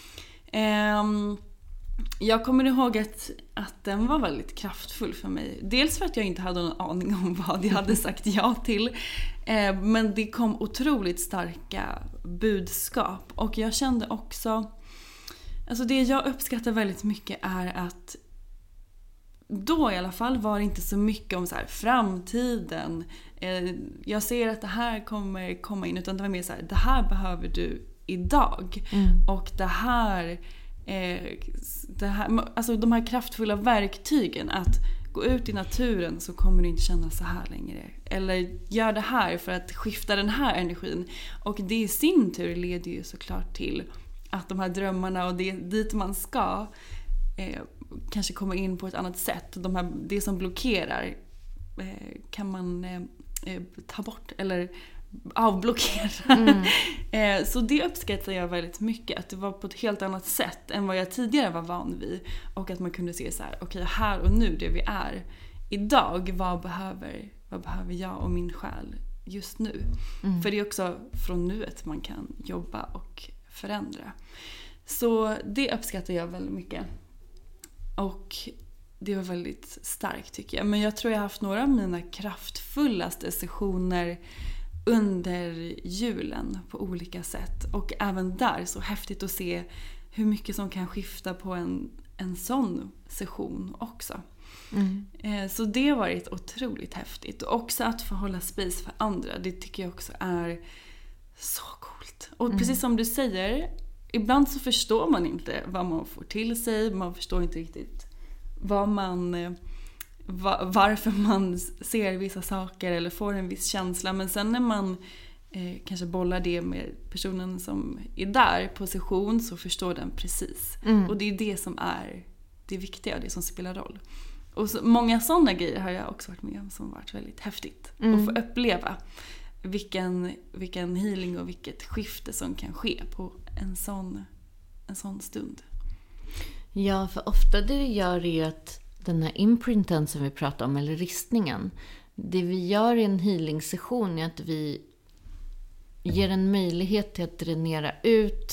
[SPEAKER 4] Jag kommer ihåg att den var väldigt kraftfull för mig. Dels för att jag inte hade någon aning om vad jag hade sagt ja till. Men det kom otroligt starka budskap. Och jag kände också... Alltså det jag uppskattar väldigt mycket är att då i alla fall var det inte så mycket om så här, framtiden. Jag ser att det här kommer komma in, utan det var mer så här, det här behöver du idag. Och det här, alltså de här kraftfulla verktygen, att gå ut i naturen så kommer du inte känna så här längre. Eller gör det här för att skifta den här energin. Och det i sin tur leder ju såklart till att de här drömmarna och dit man ska kanske komma in på ett annat sätt. Det som blockerar kan man ta bort eller avblockera. Så det uppskattar jag väldigt mycket, att det var på ett helt annat sätt än vad jag tidigare var van vid, och att man kunde se så här: okej, här och nu, det vi är idag, vad behöver jag och min själ just nu? För det är också från nuet man kan jobba och förändra. Så det uppskattar jag väldigt mycket, och det var väldigt starkt tycker jag. Men jag tror jag har haft några av mina kraftfullaste sessioner under julen på olika sätt. Och även där så häftigt att se hur mycket som kan skifta på en sån session också. Så det har varit otroligt häftigt. Och också att få hålla space för andra, det tycker jag också är så coolt. Och precis som du säger, ibland så förstår man inte vad man får till sig. Man förstår inte riktigt varför man ser vissa saker eller får en viss känsla. Men sen när man kanske bollar det med personen som är där på session, så förstår den precis. Och det är det som är det viktiga och det som spelar roll. Och så, många sådana grejer har jag också varit med om som varit väldigt häftigt. Och få uppleva vilken healing och vilket skifte som kan ske på en sån stund.
[SPEAKER 5] Ja, för ofta det gör är att den här imprinten som vi pratar om, eller ristningen, det vi gör i en healing-session är att vi ger en möjlighet till att dränera ut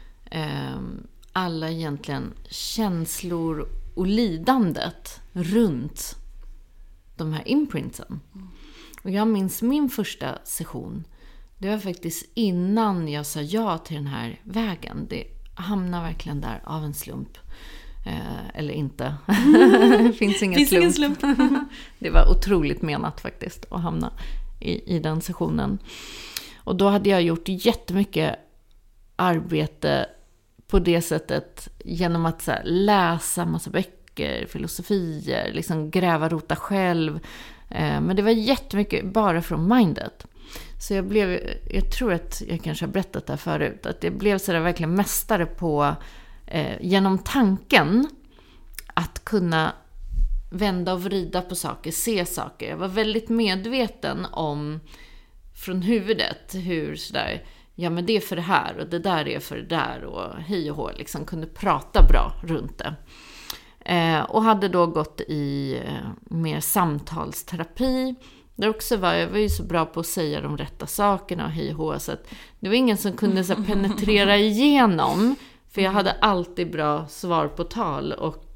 [SPEAKER 5] alla egentligen känslor och lidandet runt de här imprintsen. Och jag minns min första session, det var faktiskt innan jag sa ja till den här vägen. Det hamnade verkligen där av en slump. Eller inte. Det finns ingen slump. Det var otroligt menat faktiskt att hamna i den sessionen. Och då hade jag gjort jättemycket arbete på det sättet genom att så här, läsa massa böcker, filosofier, liksom gräva, rota själv. Men det var jättemycket bara från mindet. Så jag tror att jag kanske har berättat det här förut, att jag blev så där verkligen mästare på genom tanken att kunna vända och vrida på saker, se saker. Jag var väldigt medveten om från huvudet hur sådär, ja men det är för det här och det där är för det där och hej och hå, liksom kunde prata bra runt det. Och hade då gått i mer samtalsterapi. Där också jag var ju så bra på att säga de rätta sakerna och hej och hå, så att det var ingen som kunde så penetrera igenom. För jag hade alltid bra svar på tal och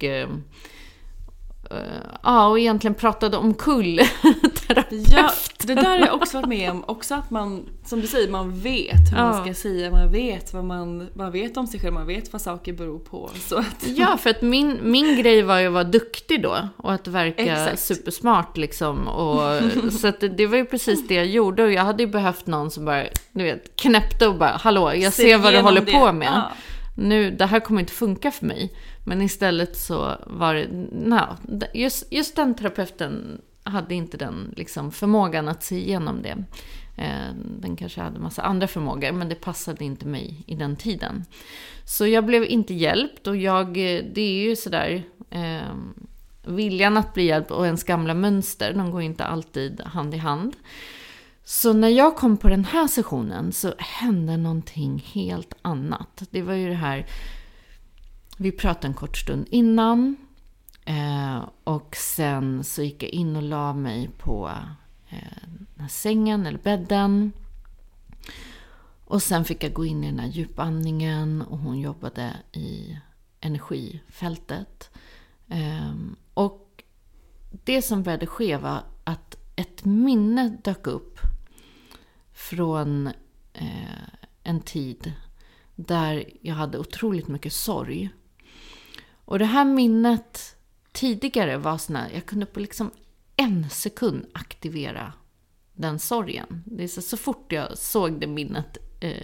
[SPEAKER 5] och egentligen pratade om terapeut.
[SPEAKER 4] Ja, det där har jag också varit med om. Också att man, som du säger, man vet hur man ska säga. Man vet man vet om sig själv. Man vet vad saker beror på. Så att
[SPEAKER 5] ja, för att min grej var ju att vara duktig då. Och att verka supersmart liksom. Och, så att det var ju precis det jag gjorde. Och jag hade ju behövt någon som bara, du vet, knäppte och bara, hallå, jag ser vad du håller på med. Ja. Nu, det här kommer inte funka för mig. Men istället så var det, just den terapeuten hade inte den liksom förmågan att se igenom det. Den kanske hade massa andra förmågor, men det passade inte mig i den tiden. Så jag blev inte hjälpt, och det är ju sådär, viljan att bli hjälpt och ens gamla mönster, de går inte alltid hand i hand. Så när jag kom på den här sessionen så hände någonting helt annat. Det var ju det här, vi pratade en kort stund innan och sen så gick jag in och la mig på den här sängen eller bädden. Och sen fick jag gå in i den här djupandningen och hon jobbade i energifältet. Och det som började ske var att ett minne dök upp från en tid där jag hade otroligt mycket sorg. Och det här minnet tidigare var sån här, jag kunde på liksom 1 sekund aktivera den sorgen. Det är så fort jag såg det minnet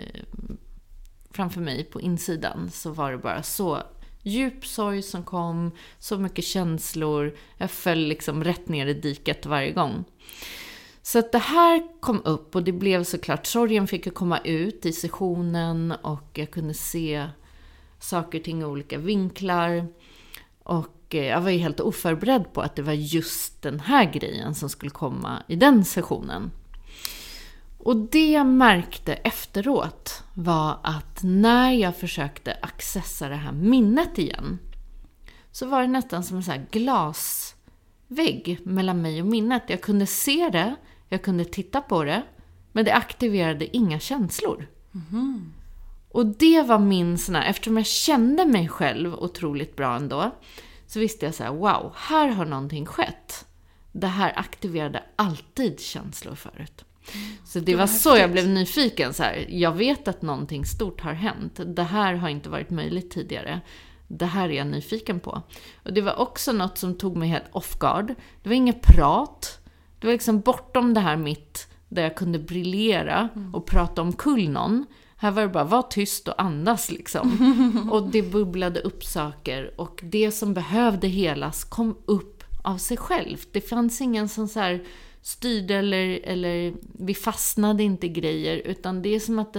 [SPEAKER 5] framför mig på insidan, så var det bara så djup sorg som kom, så mycket känslor. Jag föll liksom rätt ner i diket varje gång. Så att det här kom upp, och det blev såklart, sorgen fick ju komma ut i sessionen, och jag kunde se saker och ting i olika vinklar. Och jag var ju helt oförberedd på att det var just den här grejen som skulle komma i den sessionen. Och det jag märkte efteråt var att när jag försökte accessa det här minnet igen, så var det nästan som en sån här glasvägg mellan mig och minnet. Jag kunde se det, jag kunde titta på det, men det aktiverade inga känslor. Och det var min sån här, eftersom jag kände mig själv otroligt bra ändå, så visste jag så här, wow, här har någonting skett. Det här aktiverade alltid känslor förut. Så det var så jag blev nyfiken. Så här, jag vet att någonting stort har hänt. Det här har inte varit möjligt tidigare. Det här är jag nyfiken på. Och det var också något som tog mig helt off guard. Det var inget prat. Det var liksom bortom det här mitt, där jag kunde briljera och prata om kull någon. Här var det bara, var tyst och andas liksom. Och det bubblade upp saker. Och det som behövde helas kom upp av sig själv. Det fanns ingen sån så här styrde eller vi fastnade inte i grejer, utan det är som att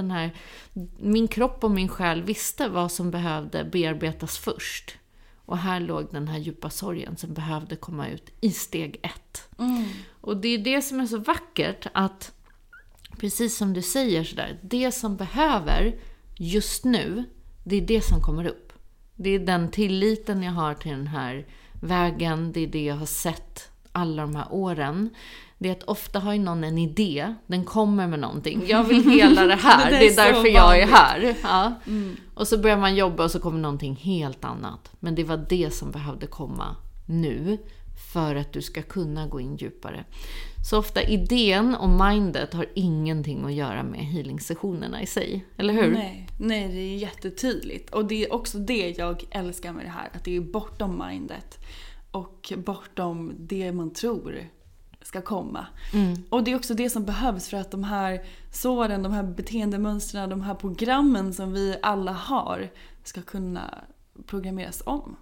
[SPEAKER 5] min kropp och min själ visste vad som behövde bearbetas först. Och här låg den här djupa sorgen som behövde komma ut i steg 1. Och det är det som är så vackert, att precis som du säger sådär, det som behöver just nu, det är det som kommer upp. Det är den tilliten jag har till den här vägen, det är det jag har sett alla de här åren. Det är att ofta har ju någon en idé, den kommer med någonting. Jag vill hela det här, det är därför jag är här. Ja. Och så börjar man jobba och så kommer någonting helt annat. Men det var det som behövde komma nu för att du ska kunna gå in djupare. Så ofta idén och mindet har ingenting att göra med healing-sessionerna i sig, eller hur?
[SPEAKER 4] Nej, det är jättetydligt. Och det är också det jag älskar med det här, att det är bortom mindet och bortom det man tror ska komma. Och det är också det som behövs för att de här såren, de här beteendemönstren, de här programmen som vi alla har ska kunna programmeras om.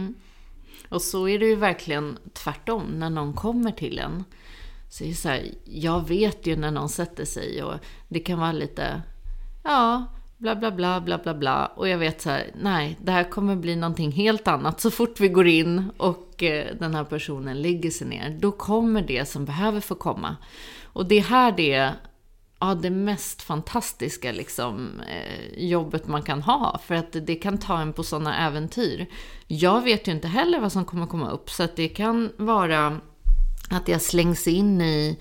[SPEAKER 5] Och så är det ju verkligen tvärtom när någon kommer till en. Så det är så här, jag vet ju när någon sätter sig och det kan vara lite, ja, bla bla bla bla bla bla. Och jag vet så här, nej, det här kommer bli någonting helt annat. Så fort vi går in och den här personen lägger sig ner, då kommer det som behöver få komma. Och det här det är det mest fantastiska liksom, jobbet man kan ha. För att det kan ta en på sådana äventyr. Jag vet ju inte heller vad som kommer komma upp. Så att det kan vara att jag slängs in i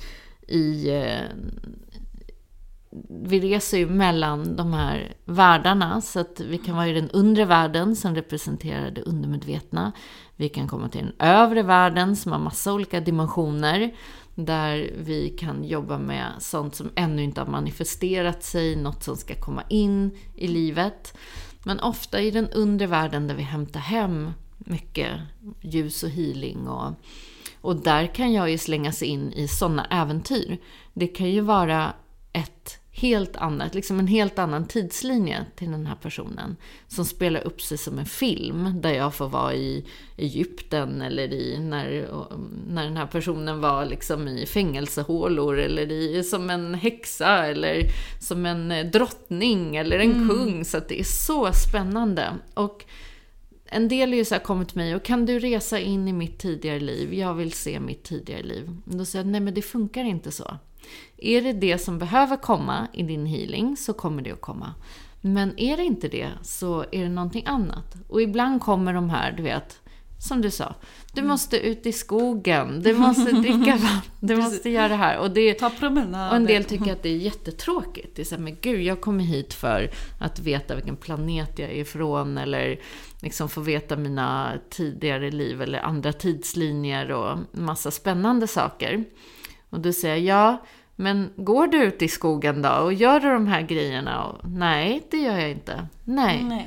[SPEAKER 5] vi reser ju mellan de här världarna, så att vi kan vara i den undre världen som representerar det undermedvetna. Vi kan komma till den övre världen som har massa olika dimensioner, där vi kan jobba med sånt som ännu inte har manifesterat sig, något som ska komma in i livet. Men ofta i den undre världen där vi hämtar hem mycket ljus och healing, och där kan jag ju slängas in i sådana äventyr. Det kan ju vara ett helt annat, liksom en helt annan tidslinje till den här personen som spelar upp sig som en film, där jag får vara i Egypten eller när den här personen var liksom i fängelsehålor, eller som en häxa eller som en drottning eller en kung. Så att det är så spännande. Och en del är ju så här, kommit till mig och kan du resa in i mitt tidigare liv? Jag vill se mitt tidigare liv. Och då säger jag, nej men det funkar inte så. Är det det som behöver komma i din healing, så kommer det att komma. Men är det inte det, så är det någonting annat. Och ibland kommer de här, du vet, som du sa, du måste ut i skogen, du måste dricka vatten, du måste göra det här. Och
[SPEAKER 4] ta promenader.
[SPEAKER 5] Och en del tycker att det är jättetråkigt. Det är så här, men gud, jag kommer hit för att veta vilken planet jag är ifrån, eller liksom få veta mina tidigare liv eller andra tidslinjer och massa spännande saker. Och då säger jag, men går du ut i skogen då och gör du de här grejerna? Och, nej, det gör jag inte. Nej.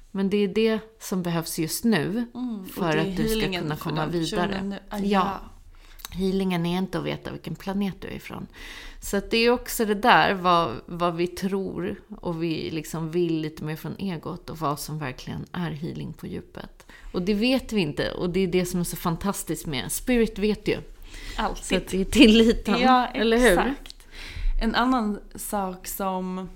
[SPEAKER 5] Men det är det som behövs just nu för att du ska kunna komma vidare. Ja, healingen är inte att veta vilken planet du är ifrån. Så att det är också det där vad vi tror och vi liksom vill lite mer från egot och vad som verkligen är healing på djupet. Och det vet vi inte, och det är det som är så fantastiskt med Spirit vet ju.
[SPEAKER 4] Alltid.
[SPEAKER 5] Så att det är tilliten,
[SPEAKER 4] ja,
[SPEAKER 5] eller hur?
[SPEAKER 4] Exakt. En annan sak som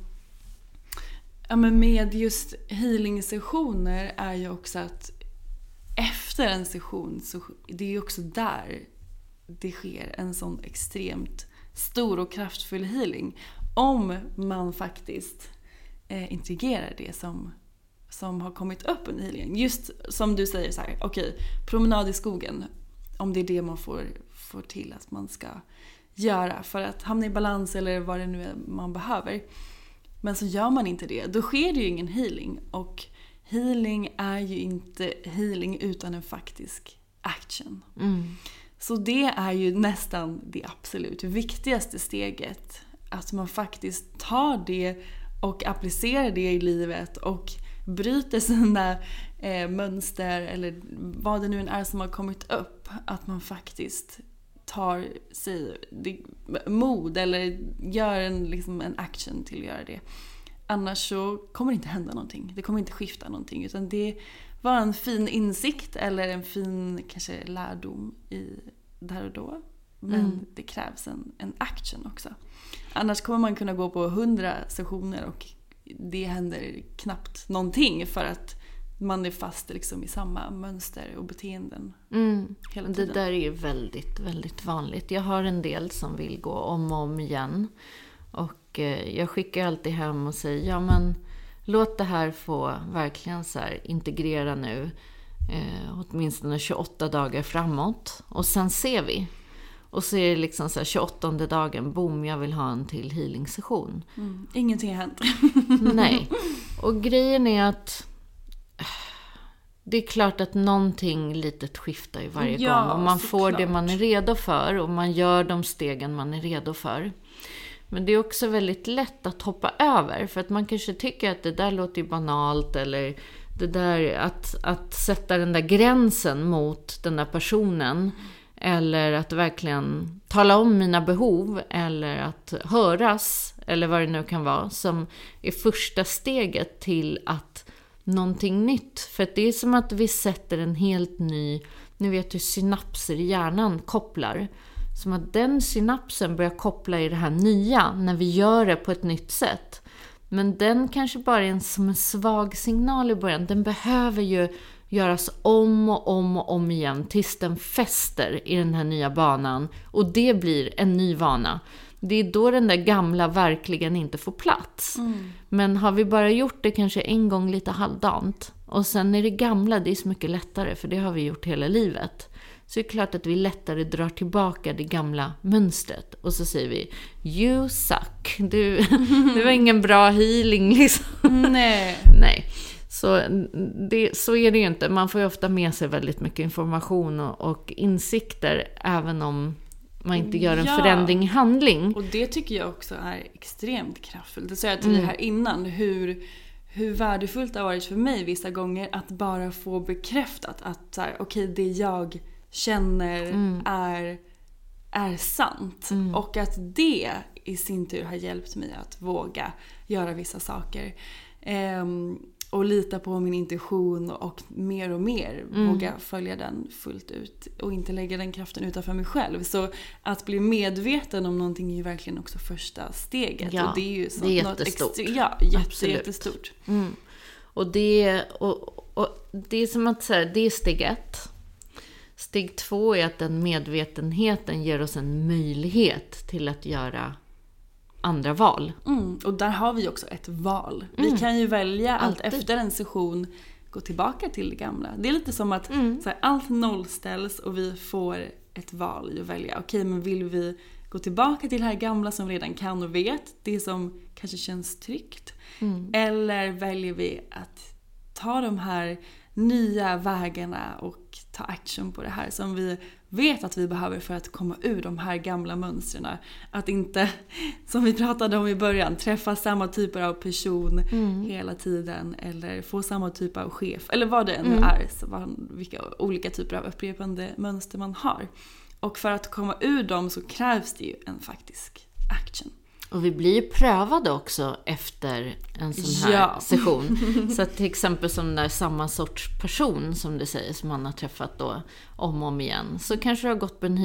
[SPEAKER 4] men med just healing-sessioner är ju också att efter en session så det är ju också där det sker en sån extremt stor och kraftfull healing. Om man faktiskt integrerar det som har kommit upp under healingen. Just som du säger så här, okej, promenad i skogen. Om det är det man får till att man ska göra för att hamna i balans eller vad det nu är man behöver. Men så gör man inte det, då sker det ju ingen healing. Och healing är ju inte healing utan en faktisk action. Så det är ju nästan det absolut viktigaste steget. Att man faktiskt tar det och applicerar det i livet och bryter sina mönster eller vad det nu än är som har kommit upp. Att man faktiskt tar sig mod eller gör en action till att göra det. Annars så kommer det inte hända någonting. Det kommer inte skifta någonting. Utan det var en fin insikt eller en fin kanske lärdom i där och då. Men det krävs en action också. Annars kommer man kunna gå på 100 sessioner och det händer knappt någonting för att man är fast liksom i samma mönster och beteenden hela tiden.
[SPEAKER 5] Det där är ju väldigt, väldigt vanligt. Jag har en del som vill gå om och om igen. Och jag skickar alltid hem och säger, ja men låt det här få verkligen så här integrera nu åtminstone 28 dagar framåt. Och sen ser vi. Och så är det liksom så här 28:e dagen, boom, jag vill ha en till healing-session.
[SPEAKER 4] Ingenting har hänt.
[SPEAKER 5] Nej. Och grejen är att det är klart att någonting litet skiftar ju varje gång. Och man får det man är redo för. Och man gör de stegen man är redo för. Men det är också väldigt lätt att hoppa över. För att man kanske tycker att det där låter ju banalt. Eller det där att sätta den där gränsen mot den där personen. Eller att verkligen tala om mina behov. Eller att höras. Eller vad det nu kan vara. Som är första steget till att någonting nytt. För att det är som att vi sätter en helt ny, ni vet hur synapser i hjärnan kopplar. Som att den synapsen börjar koppla i det här nya när vi gör det på ett nytt sätt. Men den kanske bara är som en svag signal i början. Den behöver ju göras om och om och om igen tills den fäster i den här nya banan. Och det blir en ny vana. Det är då den där gamla verkligen inte får plats. Men har vi bara gjort det kanske en gång lite halvdant. Och sen är det gamla, det är så mycket lättare. För det har vi gjort hela livet. Så det är klart att vi lättare drar tillbaka det gamla mönstret. Och så säger vi, you suck. Det var ingen bra healing liksom. Nej. Så är det ju inte. Man får ju ofta med sig väldigt mycket information och insikter. Även om man inte gör en förändring i handling.
[SPEAKER 4] Och det tycker jag också är extremt kraftfullt. Det sa jag till dig här innan. Hur värdefullt det har varit för mig vissa gånger att bara få bekräftat att okej, det jag känner är sant. Och att det i sin tur har hjälpt mig att våga göra vissa saker. Och lita på min intuition och mer våga följa den fullt ut och inte lägga den kraften utanför mig själv. Så att bli medveten om någonting är ju verkligen också första steget.
[SPEAKER 5] Ja,
[SPEAKER 4] och det är ju
[SPEAKER 5] det är jättestort.
[SPEAKER 4] Jättestort.
[SPEAKER 5] Och det är som att säga, det är steg 1. Steg 2 är att den medvetenheten ger oss en möjlighet till att göra andra val.
[SPEAKER 4] Och där har vi också ett val. Vi kan ju välja att efter en session gå tillbaka till det gamla. Det är lite som att så här, allt nollställs och vi får ett val att välja. Okej, men vill vi gå tillbaka till det här gamla som vi redan kan och vet? Det som kanske känns tryggt. Eller väljer vi att ta de här nya vägarna och ta action på det här som vi vet att vi behöver för att komma ur de här gamla mönstren. Att inte, som vi pratade om i början, träffa samma typer av person hela tiden eller få samma typ av chef eller vad det än är, så vilka olika typer av upprepande mönster man har. Och för att komma ur dem så krävs det ju en faktisk action.
[SPEAKER 5] Och vi blir ju prövade också efter en sån här session. Så att till exempel som där samma sorts person som du säger som man har träffat då om och om igen. Så kanske du har gått på en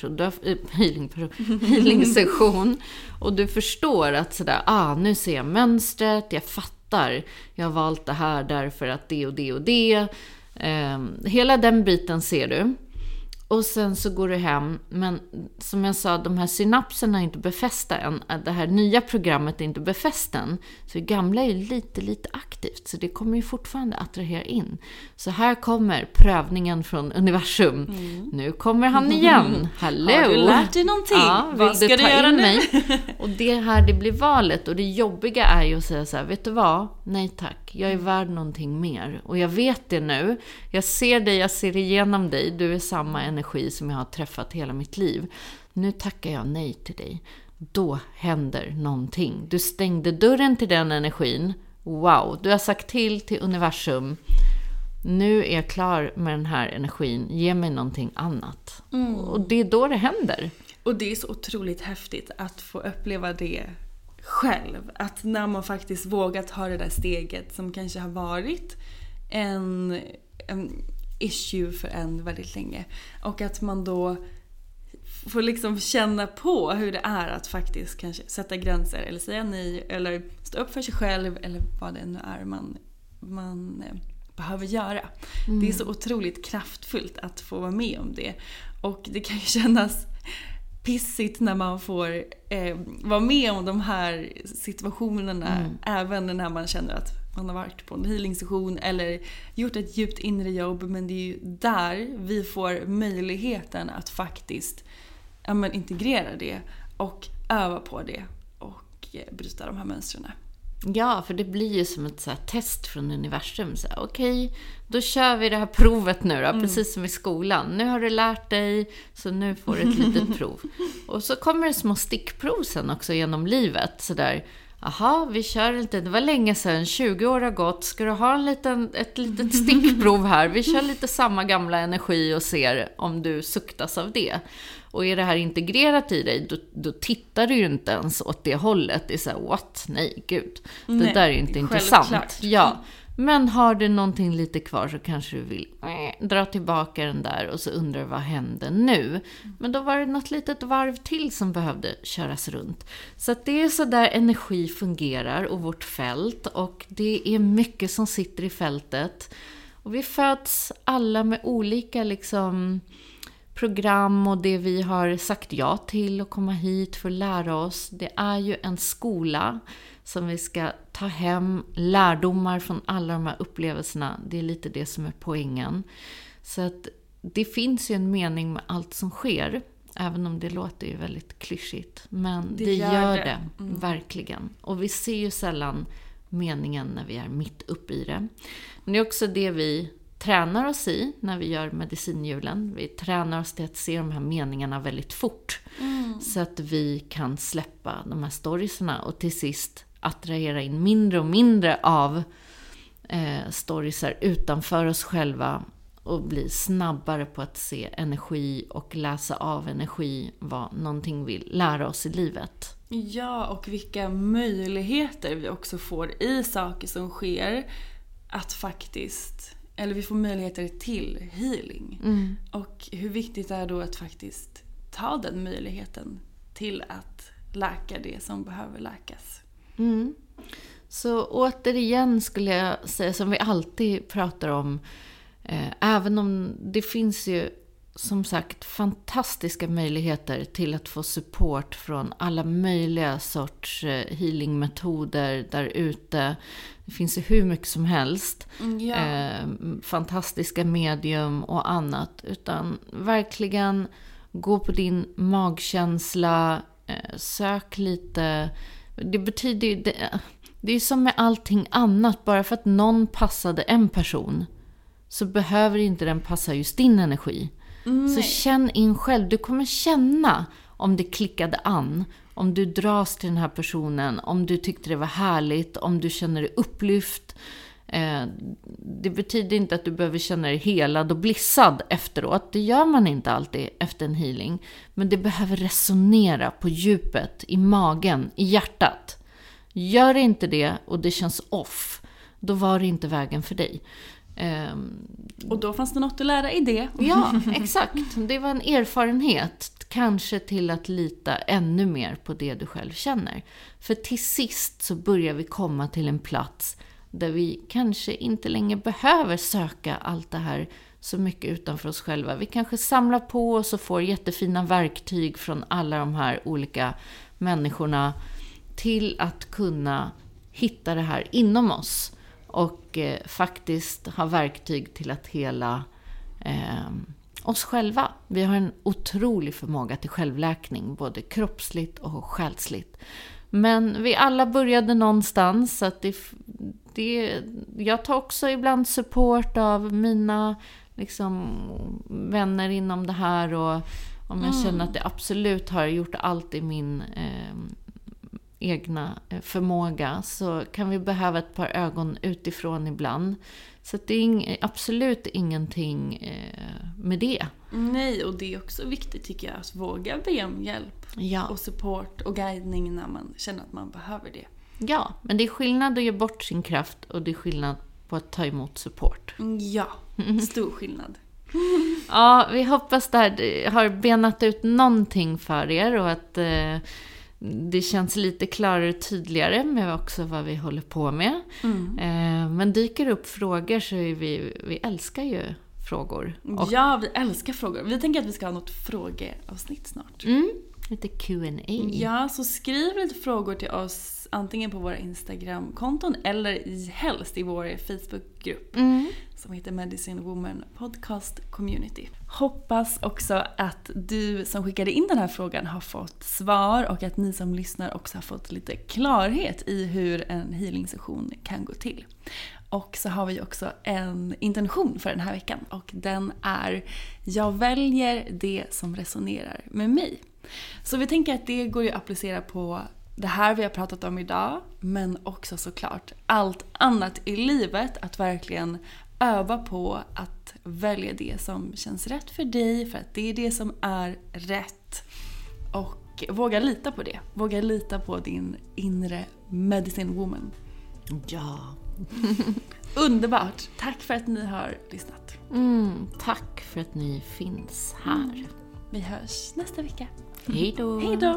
[SPEAKER 5] healing-session och du förstår att sådär, nu ser jag mönstret, jag fattar. Jag har valt det här därför att det och det och det. Hela den biten ser du. Och sen så går du hem, men som jag sa, de här synapserna är inte befästa än. Det här nya programmet är inte befäst än. Så det gamla är lite aktivt, så det kommer ju fortfarande attrahera in. Så här kommer prövningen från universum. Nu kommer han igen. Hallå!
[SPEAKER 4] Har du lärt dig någonting?
[SPEAKER 5] Ja,
[SPEAKER 4] vad ska du göra nu?
[SPEAKER 5] Och det här, det blir valet. Och det jobbiga är ju att säga så här, vet du vad? Nej tack, jag är värd någonting mer. Och jag vet det nu. Jag ser dig, jag ser igenom dig. Du är samma energi som jag har träffat hela mitt liv. Nu tackar jag nej till dig. Då händer någonting. Du stängde dörren till den energin. Wow, du har sagt till universum. Nu är jag klar med den här energin. Ge mig någonting annat. Och det är då det händer.
[SPEAKER 4] Och det är så otroligt häftigt att få uppleva det själv. Att när man faktiskt vågar ta det där steget som kanske har varit en issue för en väldigt länge. Och att man då får liksom känna på hur det är att faktiskt kanske sätta gränser eller säga nej eller stå upp för sig själv eller vad det nu är man behöver göra. Det är så otroligt kraftfullt att få vara med om det. Och det kan ju kännas pissigt när man får vara med om de här situationerna även när man känner att man har varit på en healing-session eller gjort ett djupt inre jobb, men det är ju där vi får möjligheten att faktiskt integrera det och öva på det och bryta de här mönstren.
[SPEAKER 5] Ja, för det blir ju som ett så här test från universum. Okej, då kör vi det här provet nu då, precis som i skolan. Nu har du lärt dig, så nu får du ett litet prov. Och så kommer det små stickprov sen också genom livet. Så där, aha, vi kör lite, det var länge sedan, 20 år har gått. Ska du ha ett litet stickprov här? Vi kör lite samma gamla energi och ser om du suktas av det. Och är det här integrerat i dig, då tittar du ju inte ens åt det hållet. Det är så här, what? Nej, gud. Det där är inte intressant. Ja. Men har du någonting lite kvar så kanske du vill dra tillbaka den där och så undrar vad händer nu. Men då var det något litet varv till som behövde köras runt. Så att det är så där energi fungerar och vårt fält. Och det är mycket som sitter i fältet. Och vi föds alla med olika program och det vi har sagt ja till att komma hit för att lära oss. Det är ju en skola som vi ska ta hem lärdomar från alla de här upplevelserna. Det är lite det som är poängen. Så att det finns ju en mening med allt som sker. Även om det låter ju väldigt klyschigt. Men det gör det. Verkligen. Och vi ser ju sällan meningen när vi är mitt uppe i det. Men det är också det vi tränar oss i när vi gör medicinhjulen. Vi tränar oss till att se de här meningarna väldigt fort. Så att vi kan släppa de här storiesarna och till sist attrahera in mindre och mindre av storiesar utanför oss själva och bli snabbare på att se energi och läsa av energi vad någonting vill lära oss i livet.
[SPEAKER 4] Ja, och vilka möjligheter vi också får i saker som sker att faktiskt, eller vi får möjligheter till healing. Och hur viktigt är då att faktiskt ta den möjligheten till att läka det som behöver läkas.
[SPEAKER 5] Så återigen skulle jag säga, som vi alltid pratar om, även om det finns ju som sagt fantastiska möjligheter till att få support från alla möjliga sorts healingmetoder där ute. Det finns ju hur mycket som helst. Fantastiska medium och annat. Utan verkligen gå på din magkänsla, sök lite. Det betyder ju, det är som med allting annat, bara för att någon passade en person så behöver inte den passa just din energi. Så känn in själv. Du kommer känna om det klickade an. Om du dras till den här personen. Om du tyckte det var härligt. Om du känner dig upplyft. Det betyder inte att du behöver känna dig helad och blissad efteråt. Det gör man inte alltid efter en healing. Men det behöver resonera på djupet, i magen, i hjärtat. Gör inte det och det känns off, då var det inte vägen för dig.
[SPEAKER 4] Och då fanns det något att lära i det.
[SPEAKER 5] Ja, exakt. Det var en erfarenhet. Kanske till att lita ännu mer på det du själv känner. För till sist så börjar vi komma till en plats där vi kanske inte längre behöver söka allt det här så mycket utanför oss själva. Vi kanske samlar på oss och får jättefina verktyg från alla de här olika människorna till att kunna hitta det här inom oss. Och faktiskt ha verktyg till att hela oss själva. Vi har en otrolig förmåga till självläkning, både kroppsligt och själsligt. Men vi alla började någonstans, så att jag tar också ibland support av mina vänner inom det här, och om jag känner att det absolut har gjort allt i min egna förmåga, så kan vi behöva ett par ögon utifrån ibland. Så att det är absolut ingenting med det.
[SPEAKER 4] Nej, och det är också viktigt tycker jag att våga be om hjälp och support och guidning när man känner att man behöver det.
[SPEAKER 5] Ja, men det är skillnad att ge bort sin kraft och det är skillnad på att ta emot support.
[SPEAKER 4] Ja, stor skillnad.
[SPEAKER 5] Ja, vi hoppas det här har benat ut någonting för er och att det känns lite klarare och tydligare med också vad vi håller på med. Men dyker upp frågor så är vi älskar ju frågor.
[SPEAKER 4] Ja, vi älskar frågor. Vi tänker att vi ska ha något frågeavsnitt snart.
[SPEAKER 5] Lite Q&A.
[SPEAKER 4] Ja, så skriv lite frågor till oss antingen på våra Instagram-konton eller helst i vår Facebook-grupp som heter Medicine Woman Podcast Community. Hoppas också att du som skickade in den här frågan har fått svar och att ni som lyssnar också har fått lite klarhet i hur en healing-session kan gå till. Och så har vi också en intention för den här veckan och den är: jag väljer det som resonerar med mig. Så vi tänker att det går ju att applicera på det här vi har pratat om idag, men också såklart allt annat i livet, att verkligen öva på att välja det som känns rätt för dig, för att det är det som är rätt. Och våga lita på det. Våga lita på din inre medicine woman.
[SPEAKER 5] Ja.
[SPEAKER 4] Underbart. Tack för att ni har lyssnat.
[SPEAKER 5] Tack för att ni finns här.
[SPEAKER 4] Vi hörs nästa vecka.
[SPEAKER 5] Hej då.
[SPEAKER 4] Hej då.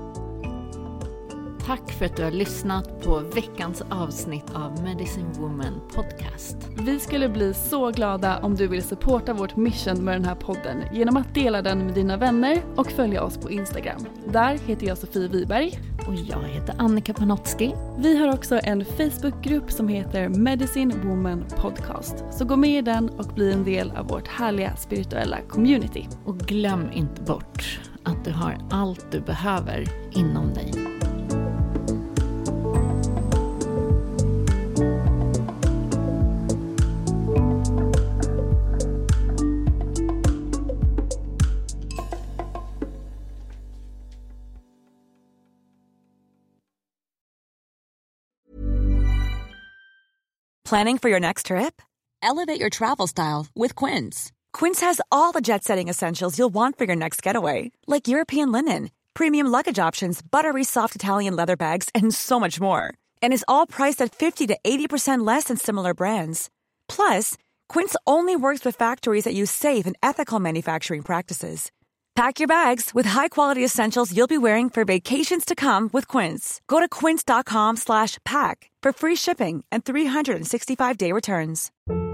[SPEAKER 5] Tack för att du har lyssnat på veckans avsnitt av Medicine Woman Podcast.
[SPEAKER 4] Vi skulle bli så glada om du vill supporta vårt mission med den här podden genom att dela den med dina vänner och följa oss på Instagram. Där heter jag Sofie Wiberg.
[SPEAKER 5] Och jag heter Annika Panotski.
[SPEAKER 4] Vi har också en Facebookgrupp som heter Medicine Woman Podcast. Så gå med i den och bli en del av vårt härliga spirituella community.
[SPEAKER 5] Och glöm inte bort att du har allt du behöver inom dig.
[SPEAKER 6] Planning for your next trip? Elevate your travel style with Quince. Quince has all the jet-setting essentials you'll want for your next getaway, like European linen, premium luggage options, buttery soft Italian leather bags, and so much more. And is all priced at 50 to 80% less than similar brands. Plus, Quince only works with factories that use safe and ethical manufacturing practices. Pack your bags with high-quality essentials you'll be wearing for vacations to come with Quince. Go to quince.com/pack for free shipping and 365-day returns.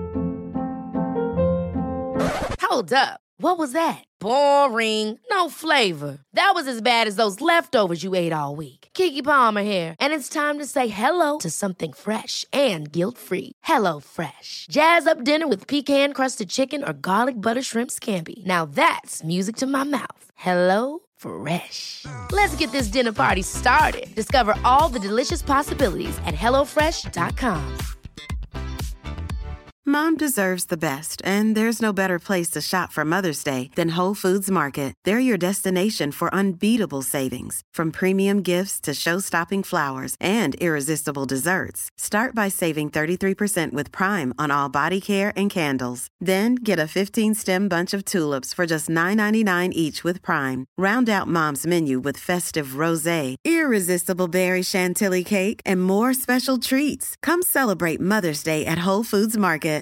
[SPEAKER 3] Hold up. What was that? Boring. No flavor. That was as bad as those leftovers you ate all week. Keke Palmer here, and it's time to say hello to something fresh and guilt-free. Hello Fresh. Jazz up dinner with pecan-crusted chicken or garlic butter shrimp scampi. Now that's music to my mouth. Hello Fresh. Let's get this dinner party started. Discover all the delicious possibilities at hellofresh.com.
[SPEAKER 1] Mom deserves the best, and there's no better place to shop for Mother's Day than Whole Foods Market. They're your destination for unbeatable savings, from premium gifts to show-stopping flowers and irresistible desserts. Start by saving 33% with Prime on all body care and candles. Then get a 15-stem bunch of tulips for just $9.99 each with Prime. Round out Mom's menu with festive rosé, irresistible berry chantilly cake, and more special treats. Come celebrate Mother's Day at Whole Foods Market.